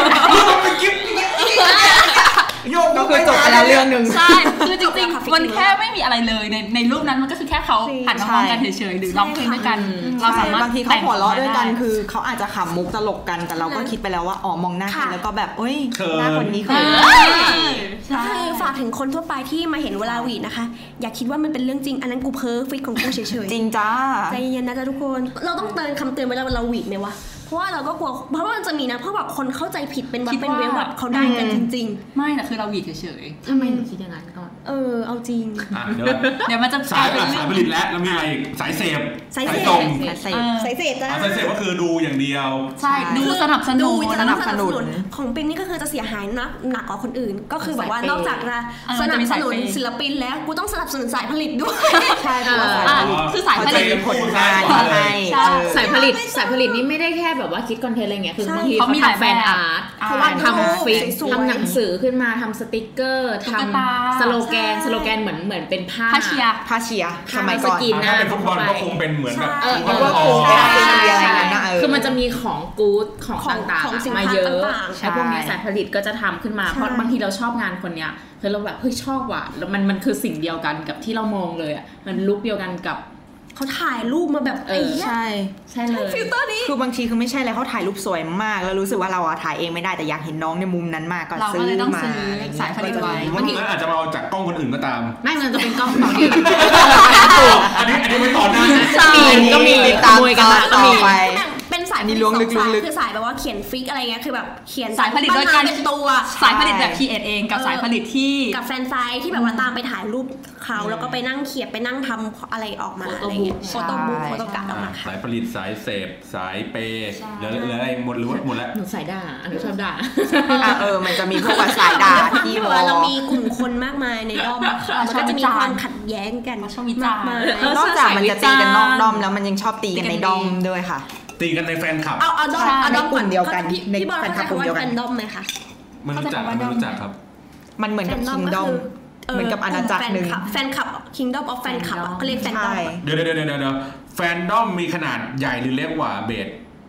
โยกก็คือจบไปแล้วเรื่องนึงใช่คือจริงๆมันแค่ไม่มีอะไรเลยในในรูปนั้นมันก็คือแค่เขาหันมามองกันเฉยๆหรือร้องเพลงด้วยกันเราสามารถบางทีเขาหัวเราะด้วยกันคือเขาอาจจะขำมุกตลกกันแต่เราก็คิดไปแล้วว่าอ๋อมองหน้ากันแล้วก็แบบเอ้ยหน้าคนนี้เคยใช่ฝากถึงคนทั่วไปที่มาเห็นเวลาหวีดนะคะอย่าคิดว่ามันเป็นเรื่องจริงอันนั้นกูเพ้อฟิกของกูเฉยๆจริงจ้าใจเย็นนะจ๊ะทุกคนเราต้องเตือนคำเตือนเวลาเราหวีดไหมวะเพราะว่าเราก็กลัวเพราะว่ามันจะมีนะเพราะแบบคนเข้าใจผิดเป็นแบบเป็นเวลแบบเขาได้กันจริงๆไม่แต่คือเราหวีดเฉยๆทำไมหนูคิดอย่างนั้นก่อนเออเอาจริงเดี๋ยวเดี๋ยวมันจะสายสายผลิตแล้วแล้วมีอะไรสายเสพสายตรงสายเสพสายเสพจ้าสายเสพก็คือดูอย่างเดียวใช่ดูสนับสนุนสนับสนุนของปิงนี่ก็คือจะเสียหายนักหนักกว่าคนอื่นก็คือแบบว่านอกจากจะสนับสนุนศิลปินแล้วกูต้องสนับสนุนสายผลิตด้วยใช่คือสายผลิตผลงานสายผลิตสายผลิตนี่ไม่ได้แค่แบบว่าคิดคอนเทนต์อะไรเงี้ยคือบางทีเขาทำแฟนอาร์ตเขาวาดทำฟิกทำหนังสือขึ้นมาทำสติกเกอร์ทำสโลแกนสโลแกนเหมือนเหมือนเป็นผ้าผ้าเชียร์ผ้าเชียร์สมัยก่อนถ้าเป็นฟุตบอลก็คงเป็นเหมือนแบบฟุตบอลโค้งอะไรนั่นนะคือมันจะมีของกู๊ดของต่างๆมาเยอะใช่พวกนี้สายผลิตก็จะทำขึ้นมาเพราะบางทีเราชอบงานคนเนี้ยคือเราแบบเฮ้ยชอบว่ะแล้วมันมันคือสิ่งเดียวกันกับที่เรามองเลยอ่ะมันลุคเดียวกันกับเขาถ่ายรูปมาแบบเออใช่ใช่เลยฟิลเตอร์นี้คือบางทีคือไม่ใช่เลยเขาถ่ายรูปสวยมากแล้วรู้สึกว่าเราอะถ่ายเองไม่ได้แต่อยากเห็นน้องในมุมนั้นมากก็ซื้อมาสายผลิตไว้บางทีอาจจะมาเอาจากกล้องคนอื่นก็ตามไม่มันจะเป็นกล้องของนี่อันนี้อันนี้ไม่ต่อหน้าก็มีขโมยกันมาก็มีเป็นสายนี้ล้วงลึกๆคือสายแบบว่าเขียนฟิกอะไรเงี้ยคือแบบเขียนสายผลิตด้วยกันเป็นตัวสายผลิตแบบคีเอทเองกับสายผลิตที่กับแฟนไซต์ที่แบบว่าตามไปถ่ายรูปเขาแล้วก็ไปนั่งเขียนไปนั่งทำอะไรออกมาอะไรเงี้ยโฟโต้บุ๊กโฟโต้การ์ดออกมาสายผลิตสายเสพสายเปย์เหลือเหลืออะไรหมดหรือหมดแล้วหนูสายด่าอันนี้ชอบด่าเออมันจะมีพวกสายด่าที่เรามีกลุ่มคนมากมายในด้อมมันก็จะมีความขัดแย้งกันชอบวิจารณ์นอกจากมันจะตีกันนอกด้อมแล้วมันยังชอบตีกันในด้อมด้วยค่ะตีกันในแฟนคลับเอาเอาด้อมเอาด้อมกลุ่มเดียวกันในแฟนคลับกลุ่มเดียวกันด้อมไหมคะไม่รู้จักไม่รู้จักครับมันเหมือนกับคิงด้อมเหมือนกับอาณาจักรนึงแฟนคลับ Kingdom of Fan Club เขาเรียกแฟนดอมเดี๋ยวเดี๋ยวเดี๋ยวเดี๋ยวแฟนดอมมีขนาดใหญ่หรือเล็กกว่าเบส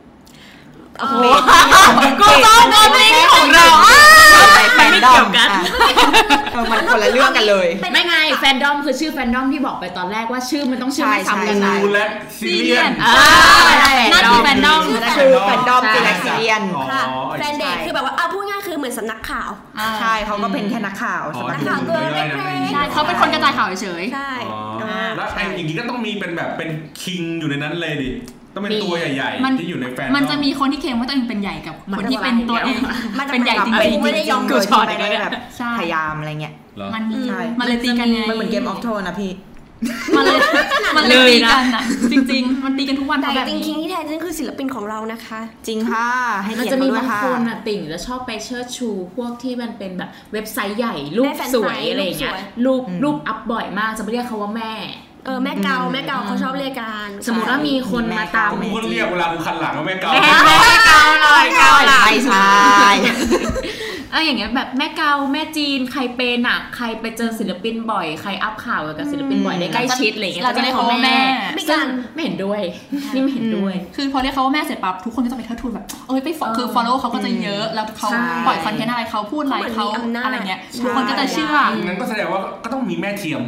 ก็ต้องการเพลงของเราแฟนดอมกันมันคนละเรื่องกันเลยไม่ไงแฟนดอมคือชื่อแฟนดอมที่บอกไปตอนแรกว่าชื่อมันต้องชื่อไม่ซ้ำกันนะดูและซีเรียนน่าจะแฟนดอมคือแฟนดอมจีและซีเรียนแฟนเด็กคือแบบว่าเอาพูดง่ายคือเหมือนสำนักข่าวใช่เขาก็เป็นแค่นักข่าวสำนักข่าวตัวเล็กๆใช่เขาเป็นคนกระจายข่าวเฉยใช่แล้วไอ้อย่างนี้ก็ต้องมีเป็นแบบเป็นคิงอยู่ในนั้นเลยดิต้องเป็นตัวใหญ่ๆที่อยู่ในแฟนมันจะมีคนที่เคลมว่าตัวเองเป็นใหญ่กับคนที่เป็นตัวเองเป็นใหญ่จริงๆไม่ได้ยอมเกิดช็อตไม่ได้แบบพยายามอะไรเงี้ยมันมันเลยตีกันไงมันเหมือนเกมออฟโทนนะพี่มันเลยมันเลยตีกันนะจริงๆมันตีกันทุกวันแต่จริงๆที่แท้จริงคือศิลปินของเรานะคะจริงค่ะให้มันจะมีบางคนอ่ะติ่งแล้วชอบไปเชิดชูพวกที่มันเป็นแบบเว็บไซต์ใหญ่รูปสวยอะไรเงี้ยรูปรูปอัพบ่อยมากจะไม่เรียกเขาว่าแม่เออแม่เกาแม่เกาเขาชอบเรียกกันสมมติว่ามีคนมาตามกูก็เรียกเวลากูคันหลังว่าแม่เกาแม่เกาหน่อยเกาหลังไม่ใช่เอออย่างเงี้ยแบบแม่เกาแม่จีนใครเป็นอ่ะใครไปเจอศิลปินบ่อยใครอัพข่าวกับศิลปินบ่อยได้ใกล้ชิดอะไรเงี้ยเราจะเรียกเขาว่าแม่ซึ่งไม่เห็นด้วยนี่ไม่เห็นด้วยคือพอเรียกเขาว่าแม่เสร็จปั๊บทุกคนก็จะไปเทิดทูนแบบเอ้ยไปคือ follow เขาก็จะเยอะแล้วเขาปล่อยคอนเทนต์อะไรเขาพูดอะไรเขาอะไรเงี้ยทุกคนก็จะเชื่องั้นก็แสดงว่าก็ต้องมีแม่เทียม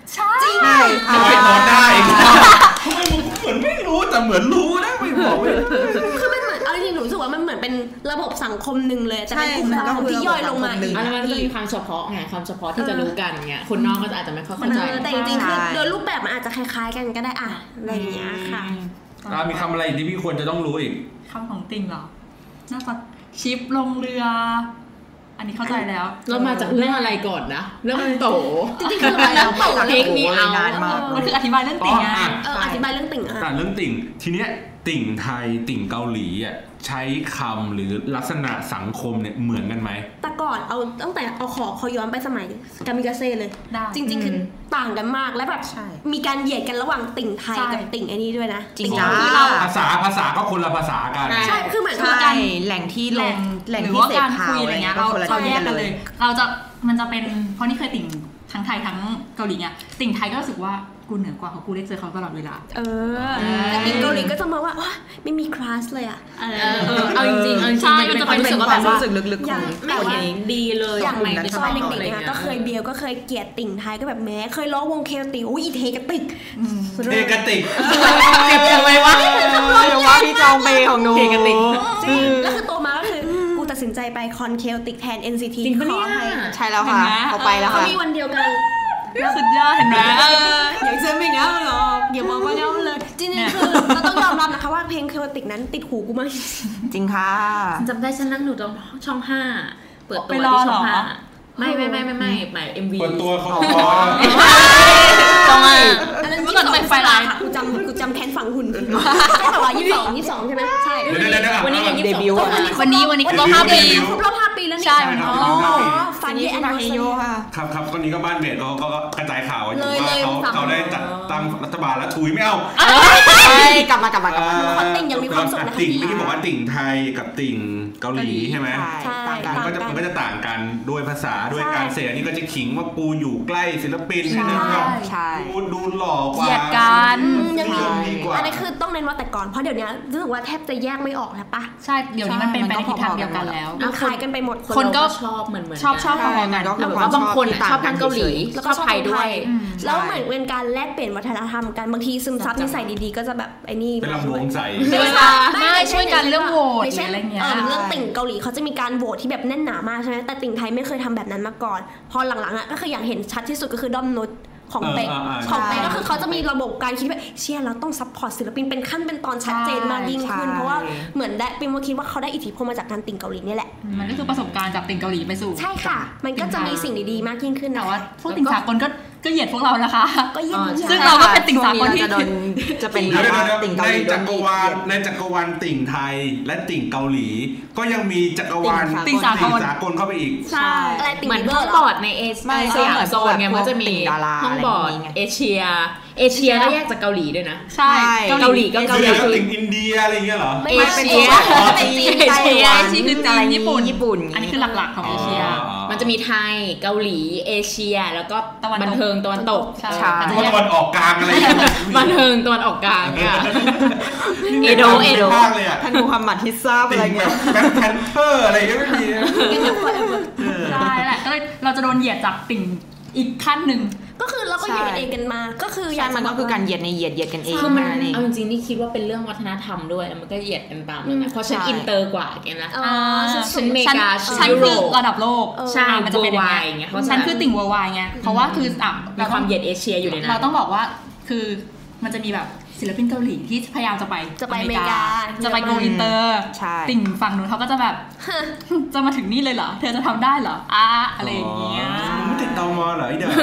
ใช่ใช่ทำไมตอบได้ทำไมมึงเหมือนไม่รู้แต่เหมือนรู้นะไม่บอกเลยคือมันเหมือนเอาจริงๆหนูรู้สึกว่ามันเหมือนเป็นระบบสังคมหนึ่งเลยแต่เป็นกลุ่มสังคมที่ย่อยลงมาอีกอันนั้นมันก็จะมีความเฉพาะไงความเฉพาะที่จะรู้กันเงี้ยคนนอกก็อาจจะไม่ค่อยเข้าใจแต่จริงๆคือโดยรูปแบบมันอาจจะคล้ายๆกันก็ได้อะอะไรอย่างเงี้ยค่ะมีคำอะไรที่พี่ควรจะต้องรู้อีกคำของติ่งเหรอน่าจะชิปลงเรือ อันนี้เข้าใจแล้วเรามาจากเรื่องอะไรก่อนนะเรื่องโตจริงๆคืออะไรแล้วเทคนิคเอานานมากมันคืออธิบายเรื่องติ่งไงเอออธิบายเรื่องติ่งอะแต่เรื่องติ่งทีเนี้ยติ่งไทยติ่งเกาหลีอ่ะใช้คำหรือลักษณะสังคมเนี่ยเหมือนกันไหมแต่ก่อนเอาตั้งแต่เอาขอขอย้อนไปสมัยกามิกาเซ่เลยได้จริงๆคือต่างกันมากและแบบใช่มีการเหยียดกันระหว่างติ่งไทยกับติ่งไอ้นี่ด้วยนะจริงติ่จ้าที่เราภาษาภาษาก็คนละภาษากันใช่คือเหมือนกับใช่การแหล่งที่ลงแหล่งหรือที่ว่าเสพการข่าคุวยอะไรเงี้ยเราคนละเราที่แยกักนกันเลเลย ย เราจะมันจะเป็นเพราะนี่เคยติ่งทั้งไทยทั้งเกาหลีเนี่ยติ่งไทยก็รู้สึกว่ากูเหนือกว่าเพราะกูได้เจอเขาตลอดเวลาเออแต่ติ่งเกาหลีก็จะมาว่าว้าไม่มีคลาสเลยอะเออเออเอาจริงๆเอาจริงใช่ๆมันจะเป็นความรู้สึกว่าแบบความว่ารู้สึกลึกๆของไม่คนว่านี้ดีเลยอย่างทำไมตอนเด็กๆนะก็เคยเบียวก็เคยเกลียดติ่งไทยก็แบบแม้เคยล้อวงเคลติอุ้ยอีเทกระติกเทกติกเก็บยังไงวะเดี๋ยวว่าพี่จองเบย์ของหนูเทกันติกจริงแล้วคือโตมาก็คือกูตัดสินใจไปคอนเคลติกแทน เอ็น ซี ทีจริงปะขเนี่อย ให้ใช่แล้วค่ะเอาไปแล้วเขาค่ะมีวันเดียวกันสุดยอดเห็นไหมอย่างเช่นไม่งั้นหรอกอย่าบอกว่าแล้วเลยจริงๆคือเราต้องยอมรับนะคะว่าเพลงเคลติกนั้นติดหูกูมากจริงค่ะจำได้ฉันนั่งดูตรงช่องห้าเปิดตัวไปที่รอช่เหรองอห้าไม่ไม่ไม่ไม่ไม่ไม่เอ็มวีเปิดตัวเขาอ๋อช่องห้าอันนั้นเมื่ยี่อสิก่บอนสองเป็นไฟไลน์กูจำกูจำแค้นฝังหุ่นไม่แต่ว่ายี่สิบสองยี่สิบสองใช่ไหมใช่เดี๋ยวเดี๋ยวเดี๋ยววันนี้เนี่ยยี่เดสิบบิวต์สองอะวันนี้วันนี้ครบห้าปีครบรอบห้าปีแล้วนี่ใช่อ๋อฟันนี่เย่แอนมานิเฮเวอร์ซาโยรีค่ะครับครับคนนี้ก็บ้านเบสเขาก็กระจายข่าวอยู่เลยว่าเลยเขาสั่งเขาได้จัดตั้งรัฐบาลแล้วทุยไม่เอากลับมากลับมากลับมาขอติ่งยังมีความสุขนะคะติ่งพี่เมื่อกี้บอกว่าติ่งไทยกับติ่งเกาหลีใช่ไหมใช่ต่างกันมันก็จะมันก็จะต่างกันด้วยภาษาด้วยการเสียนี่ก็จะขิงว่ากูอยู่ใกล้ศิลปินนิดนึงว่าใช่กูดูหล่อกว่าเหยียดกันยังมีดีกว่าอันนี้คือต้องเน้นว่าแต่ก่อนเพราะเดี๋ยวนี้รู้สึกว่าแทบจะแยกไม่ออกแล้วปะใช่เดี๋ยวนี้มันเป็นไปในทิศทางเดียวกันแล้วมันคล้ายกันไปหมดคนก็ชอบเหมือนเหมือนชอบชอบพอๆกันก็แล้คืวอว่าบางคนชอบทางเกาหลีแล้วชก็อบไทยด้วยอืมแล้วเหมือนเป็นการแลกเปลี่ยนวัฒนธรรมกันบางทีซึมซับนิสัยดีๆก็จะแบบไอ้นี่เป็นลำวงใส่เวลาไม่ช่วยกันเรื่องโหวตหรืออะไรเงี้ยเออเรื่องติ่งเกาหลีเขาจะมีการโหวตที่แบบแน่นหนามากใช่ไหมแต่ติ่งไทยไม่เคยทำแบบนั้นมาก่อน พอหลังๆอ่ะก็คืออย่างเห็นชัดที่สุดก็คือด้อมนุชของเป๊กเออเออเออของเป๊กใช่ก็คือเขาจะมีระบบการคิดแบบเชี่ยเราต้องซัพพอร์ตศิลปินเป็นขั้นเป็นตอนชัดเจนมากยิ่งขึ้นใช่เพราะว่าเหมือนได้เป็นว่าคิดว่าเขาได้อิทธิพลมาจากการติ่งเกาหลีนี่แหละมันก็คือประสบการณ์จากติ่งเกาหลีไปสู่ใช่ค่ะ มันก็จะมีสิ่งดีๆมากยิ่งขึ้นแต่นะว่าพวกติ่งสากลก็ก็เหยียดพวกเรานะคะก็เยี่ยมอ๋อใช่ซึ่งเราก็เป็นติ่งสากลที่ช่วงนี้เราจะโดนจะเป็นเดี๋ยวแบบว่าเดี๋ยวติ่งในเกาหลีโดจันกรเหยีวาลยดในจักรวาลติ่งไทยและติ่งเกาหลี ก็ยังมีจักรวาลติ่งสากลติ่งสากลเข้าไปอีกใช่อะไรติ่งเหมือนเบห้อองร์บอร์ดในเอสไม่สยามโซนไงมันจะมีติ่งดาราห้องบอร์ดอะไรอย่างงี้ไงเอเชีย เอเชียก็แยกจากเกาหลีด้วยนะใช่เกาหลีก็เกาหลีเดี๋ยวติ่งอินเดียอะไรอย่างเงี้ยเหรอไม่เอไม่เชีเป็นยเอเชียเอเชียเอเชียคือจีนญี่ปุ่นญี่ปุ่นอันนี้คือหลักๆของเอเชียมันจะมีไทยเกาหลีเอเชียแล้วก็ตะวันตกบันเทิงตะวันตกใช่ใช่แต่จะตะแยกวันออกกลางอะไรอย่างเงี้ยบันเทิงตะวันออกกลางเนี่ยเอโดเอโดภาคเลยอะท่านมูฮัมหมัดฮิซซาบติ่อะไรงแบเงี้ยบแบ็คแพนเทอร์อะไรอย่างเงี้ยไม่มีนะเออใช่แหละก็เลยเราจะโดนเหยียดจากติ่งอีกขั้นหนึ่งก็คือเราก็เหยียดกันเองกันมา ก็คืออใช่ยากมันก็คือการเหยียดในเหยียดเหยียดกันเองคือมันนั่นเองเอาจริงๆนี่คิดว่าเป็นเรื่องวัฒนธรรมด้วยแล้วมันก็เหยียดกันตามนั้นนะเพราะฉันใช่อินเตอร์กว่าแกนะอ๋อฉันเมฉันกาฉันยุโรคือประดับโลกใช่มันจะเป็นอย่าง worldwide เงี้อย่างเงี้ยยเพราะฉะนั้นฉันคือติ่ง worldwide ไงเพราะว่าคืออ่ะมีความเหยียดเอเชียอยู่ในนั้นเราต้องบอกว่าคือมันจะมีแบบศิลปินเกาหลีที่พยายามจะไปจะไปอเมริกาจะไปโกอินเตอร์ใช่ติ่งฝั่งนู้นเขาก็จะแบบ จะมาถึงนี่เลยเหรอเธอจะทำได้เหรออ่ะอะไรอย่างเงี้ยมึงไม่ติดตมเหรอไอ้เด็ก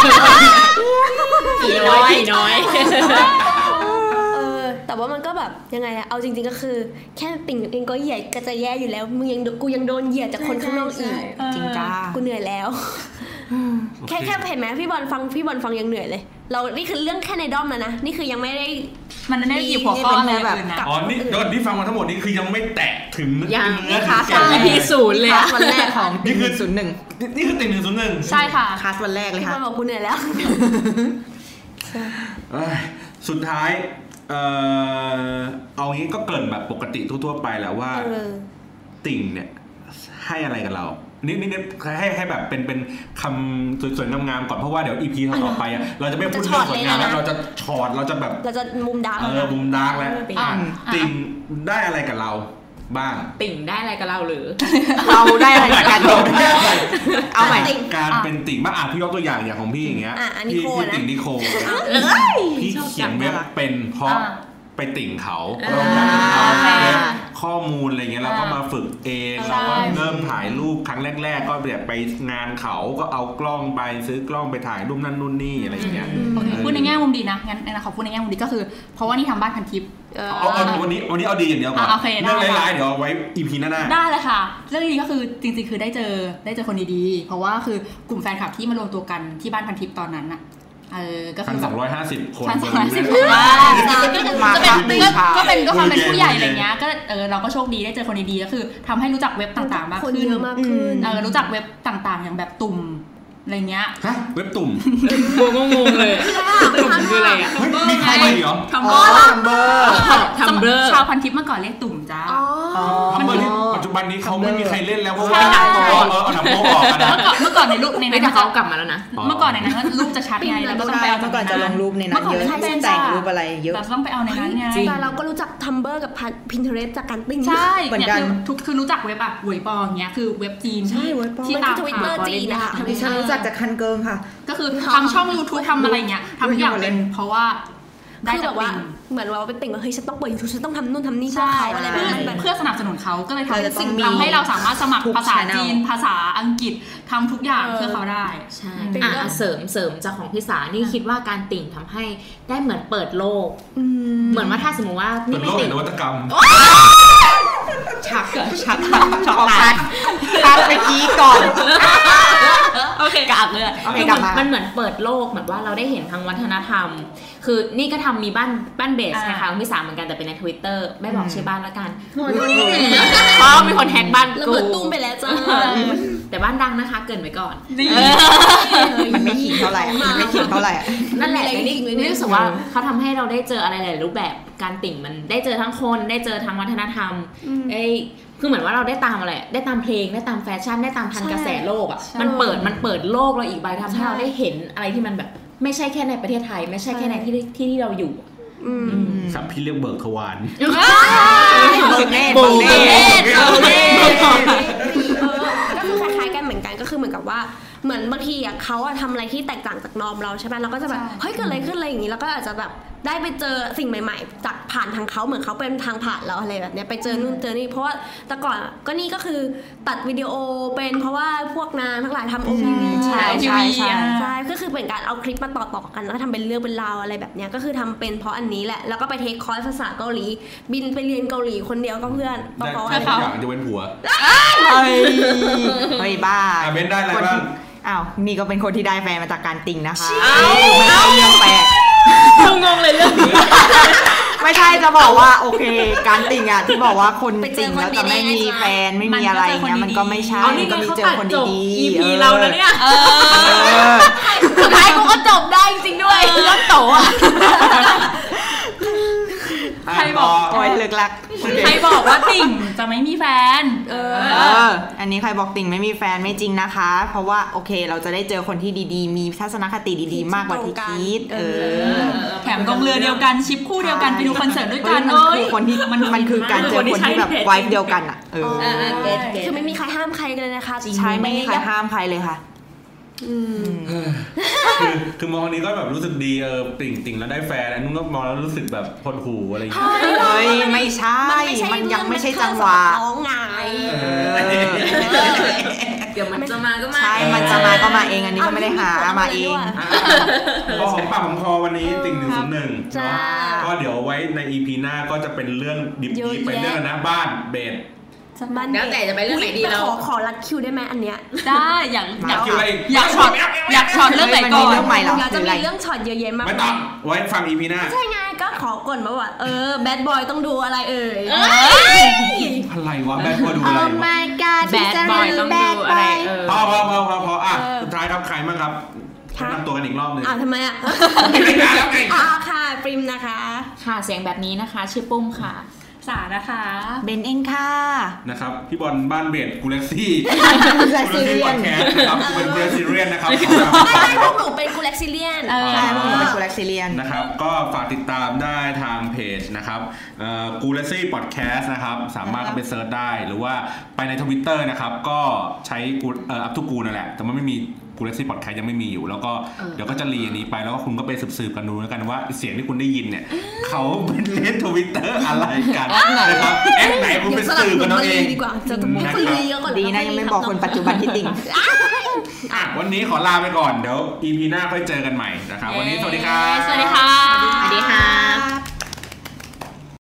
ผีน้อยผีน้อยเออแต่ว่ามันก็แบบยังไงอะเอาจริงๆก็คือ แค่ติ่งเองก็เหยียดก็จะแย่อยู่แล้วมึงยังกูยังโดนเหยียดจากคนข้างนอกอีกจริงจ้ากูเหนื่อยแล้ว แค่แค่เห็นไหมพี่บอลฟังพี่บอลฟังยังเหนื่อยเลย เรานี่คือเรื่องแค่ในด้อมแล้วนะนี่คือยังไม่ได้มันไม่ได้หยิบหัวข้ออะไรอื่นนะอ๋อนี่เดี๋ยวก่อนที่ฟังมาทั้งหมดนี่คือยังไม่แตะถึงยังเนื้อคลาสถึงวันแรแก่กอี พีศูนย์เลยคลาอะสวันแรกของติ่งศูนย์หนึ่งนี่คือติ่งหนึ่งศูนย์หนึ่งใช่ค่ะคลาสวันแรกเลยพี่บค่ะอลบอกกูเหนื่อยแล้วเอ้ยสุดท้ายเอ่อเอางี้ก็เกริ่นแบบปกติทั่วๆไปแหละว่าเออติ่งเนี่ยให้อะไรกับเรานิดนิดให้ให้แบบเป็นเป็นคำสวยๆงามๆก่อนเพราะว่าเดี๋ยว อี พี ต่อไปอ่ะเราจะไม่พูดเรื่องสวยงามแล้วเราจะช็อตเราจะแบบเราจะมุมดาร์กเออมุมดาร์กแล้วติ่งได้อะไรกับเราบ้างติ่งได้อะไรกับเราหรือเราได้อะไรกับการเอาใหม่การเป็นติ่งบ้างอ่ะพี่ยกตัวอย่างอย่างของพี่อย่างเงี้ยพี่พี่ติ่งนิโคพี่เขียนเว็บเป็นเพราะไปติ่งเขาเราอยากเอาข้อมูลอะไรเงี้ยเราก็มาฝึกเองเราก็เริ่มถ่ายรูปครั้งแรกๆก็แบบไปงานเขาก็เอากล้องไปซื้อกล้องไปถ่ายรูปนั่นนู่นนี่อะไรอย่างเงี้ยพูดในแง่มุมดีนะงั้นนะขอพูดในแง่มุมดีก็คือเพราะว่านี่ทำบ้านพันทิปเอาวันนี้วันนี้เอาดีอย่างเดียวก่อนเรื่องร้ายๆเดี๋ยวไว้ อี พี หน้าได้เลยค่ะเรื่องนี้ก็คือจริงๆคือได้เจอได้เจอคนดีๆเพราะว่าคือกลุ่มแฟนคลับที่มารวมตัวกันที่บ้านพันทิปตอนนั้นอะเออก็คือสองร้อยห้าสิบคนสองร้อยห้าสิบคนมาจะเป็นก็เป็นก็ความเป็นผู้ใหญ่อะไรเงี้ยก็เออเราก็โชคดีได้เจอคนดีๆก็คือทำให้รู้จักเว็บต่างๆมากขึ้นเยอะมากขึ้นเออรู้จักเว็บต่างๆอย่างแบบตุ่มอะไรเงี้ยฮะเว็บตุ่มงงๆเลยตุ่มคืออะไรอ่ะมีใครเหรอทัมเบอร์ทัมเบอร์ทัมเบอร์ชาวพันทิปเมื่อก่อนเรียกตุ่มจ้าทัมเบอร์นี่ปัจจุบันนี้เขาไม่มีใครเล่นแล้วเพราะว่าหนังโป๊เออหนังโป๊ออกนะเมื่อก่อนในรูปในนั้นเขากลับมาแล้วนะเมื่อก่อนในนั้นรูปจะชัดไงแล้วก็ต้องไปเอาเมื่อก่อนจะลงรูปในนั้นเยอะแต่งรูปอะไรเยอะแต่ต้องไปเอาในนั้นไงแต่เราก็รู้จักทัมเบอร์กับ Pinterest จากการติ้งใช่เหมือนกันทุกคือรู้จักเว็บอะหวยปอเงี้ยคือเว็บจีนที่ตาม Twitter จีนนะคะฉันรู้จักจากคันเกิงค่ะก็คือทำช่อง YouTube ทำอะไรเงี้ยทำทุกอย่างเป็นเพราะว่าได้จากว่าเหมือนเราเป็นติ่งว่าเฮ้ยฉันต้องเปิด YouTube ฉันต้องทำนู่นทำนี่เพื่อเขาอะไรแบบนั้นเพื่อสนับสนุนเขาก็เลยทำสิ่งทำให้เราสามารถสมัครภาษาจีนภาษาอังกฤษทำทุกอย่างเพื่อเขาได้ใช่อ่ะเสริมเสริมจากของพี่สานี่คิดว่าการติ่งทำให้ได้เหมือนเปิดโลกเหมือนว่าถ้าสมมติว่านี่ไม่ติ่งนวัตกรรมชักเกิดชักช็อกตัดตัดไปกี้ก่อนโอเคกลับเลยมันเหมือนเปิดโลกเหมือนว่าเราได้เห็นทางวัฒนธรรมคือนี่ก็ทำมีบ้านบ้านเบสนะคะพี่สามเหมือนกันแต่เป็นใน Twitter ไม่บอกชื่อบ้านแล้วกันเพราะมีคนแฮกบ้านกูระเบิดตุ้มไปแล้วจ้าแต่บ้านดังนะคะเกินไว้ก่อนมันไม่ขิงเท่าไหร่มันไม่ขิงเท่าไหร่นั่นแหละนี่รู้สึกว่าเขาทำให้เราได้เจออะไรหลายรูปแบบการติ่งมันได้เจอทั้งคนได้เจอทั้งวัฒนธรรมไอ้คือเหมือนว่าเราได้ตามอะไรได้ตามเพลงได้ตามแฟชั่นได้ตามทันกระแสโลกอ่ะมันเปิดมันเปิดโลกเราอีกใบทำให้เราได้เห็นอะไรที่มันแบบไม่ใช่แค่ในประเทศไทยไม่ใช่แค่ในที่ที่ที่เราอยู่สับพี่เรียกเบิกทวารเบิกเนตเบิกเนตก็คือคล้ายๆกันเหมือนกันก็คือเหมือนกับว่าเหมือนบางทีอ่ะเขาอะทำอะไรที่แตกต่างจากนอมเราใช่ไหมเราก็จะแบบเฮ้ยเกิดอะไรขึ้นอะไรอย่างนี้แล้วก็อาจจะแบบได้ไปเจอสิ่งใหม่ๆจากผ่านทางเขาเหมือนเขาเป็นทางผ่านเราอะไรแบบนี้ไปเจอนู่นเจอนี่เพราะว่าแต่ก่อนก็นี่ก็คือตัดวิดีโอเป็นเพราะว่าพวกนางทั้งหลายทำโอทีวีใช่ใช่ใช่ใช่ก็คือเป็นการเอาคลิปมาต่อๆกันแล้วก็ทำเป็นเรื่องเป็นราวอะไรแบบนี้ก็คือทำเป็นเพราะอันนี้แหละแล้วก็ไปเทคคอร์สภาษาเกาหลีบินไปเรียนเกาหลีคนเดียวก็เพื่อนเพราะว่าเขาอยากจะเป็นผัวเฮ้ยเฮ้ยบ้าเบนได้อะไรบ้างอ้าวนี่ก็เป็นคนที่ได้แฟนมาจากการติ่งนะคะไม่ใช่เรื่องแปลกงงเลยเรื่องนี้ไม่ใช่จะบอกว่าโอเคการติ่งอ่ะที่บอกว่าคนติ่งแล้วจะไม่มีแฟนไม่มีอะไรเงี้ยมันก็ไม่ใช่ก็มีเจอคนดีๆอี พี เราแล้วเนี่ยสุดท้ายกูก็จบได้จริงด้วยเรื่องโตอ่ะใครบอกโอ้ยเลิกลักใครบอกว่าติ่งจะไม่มีแฟนเอออันนี้ใครบอกติ่งไม่มีแฟนไม่จริงนะคะเพราะว่าโอเคเราจะได้เจอคนที่ดีๆมีทัศนคติดีๆมากกว่าที่คิดเออแถมลงเรือเดียวกันชิปคู่เดียวกันไปดูคอนเสิร์ตด้วยกันเอ้ยคนที่มันมันคือการเจอคนที่แบบไวฟ์เดียวกันอ่ะเออคือไม่มีใครห้ามใครเลยนะคะใช่ไม่มีใครห้ามใครเลยค่ะคือคือมองนี้ก็แบบรู้สึกดีเออติ่งติ่งแล้วได้แฟนอันนู้นก็มองแล้วรู้สึกแบบพดหูอะไรอย่างเงี้ยเฮ้ยไม่ใช่มันยังไม่ใช่จังหวะน้องไงเดี๋ยวมันจะมาก็มาใช่มันจะมาก็มาเองอันนี้ก็ไม่ได้หามาเองพอของปากของคอวันนี้ติ่งหนึ่งศูนย์หนึ่งก็เดี๋ยวไว้ใน อี พี หน้าก็จะเป็นเรื่องดิบๆไปเรื่องนะบ้านเบสแล้วแต่จะไปเรื่องไหนดีเราขอขอรัดคิวได้ไหมอันเนี้ยได้อย่างอยากอยากช็อตอยากช็อตเรื่องไหนก่อนเรื่องใหม่หรอจะมีเรื่องช็อตเยอะแยะมากไม่ต้องไว้ฟัง อี พี หน้าใช่ไงก็ขอก่อนมาว่าเออแบดบอยต้องดูอะไรเอ่ยอะไรวะแบดบอยดูอะไรวะ Oh my god แบดบอยต้องดูอะไรเออพอพอพอพอพออ่ะสุดท้ายครับใครบ้างครับแนะนำตัวกันอีกรอบนึงอ่ะทำไมอ่ะอ่ะค่ะปริมนะคะค่ะเสียงแบบนี้นะคะชื่อปุ้มค่ะสสานะคะเบนเองค่ะนะครับพี่บอลบ้านเบสกูเล็กซี่กูเล็กซี่กูเล็กซี่พอดแคสต์นะครับกูเป็นกูเล็กซี่เรียนนะครับไม่พวกหนูเป็นกูเล็กซิเลียนใช่พวกหนูเป็นกูเล็กซิเลียนนะครับก็ฝากติดตามได้ทางเพจนะครับกูเลซี่พอดแคสต์นะครับสามารถเข้าไปเซิร์ชได้หรือว่าไปใน Twitter นะครับก็ใช้กูเอ่ออัพทูกูนั่นแหละแต่มันไม่มีกูเลซี่พอดแคสต์ยังไม่มีอยู่แล้วก็เดี๋ยวก็จะรีอันนี้ไปแล้วก็คุณก็ไปสืบๆกันดูแล้วกันว่าเสียงที่คุณได้ยินเนี่ยเขาเป็นเล่น Twitter อะไรกันนะครับแอปไหนคุณไปสืบกันเอาเองดีกว่าจะไม่คุยเยอะก่อนดีนะยังไม่บอกคนปัจจุบันที่ติ่งอ่ะวันนี้ขอลาไปก่อนเดี๋ยว อี พี หน้าค่อยเจอกันใหม่นะครับวันนี้สวัสดีครับสวัสดีค่ะสวัสดีค่ะ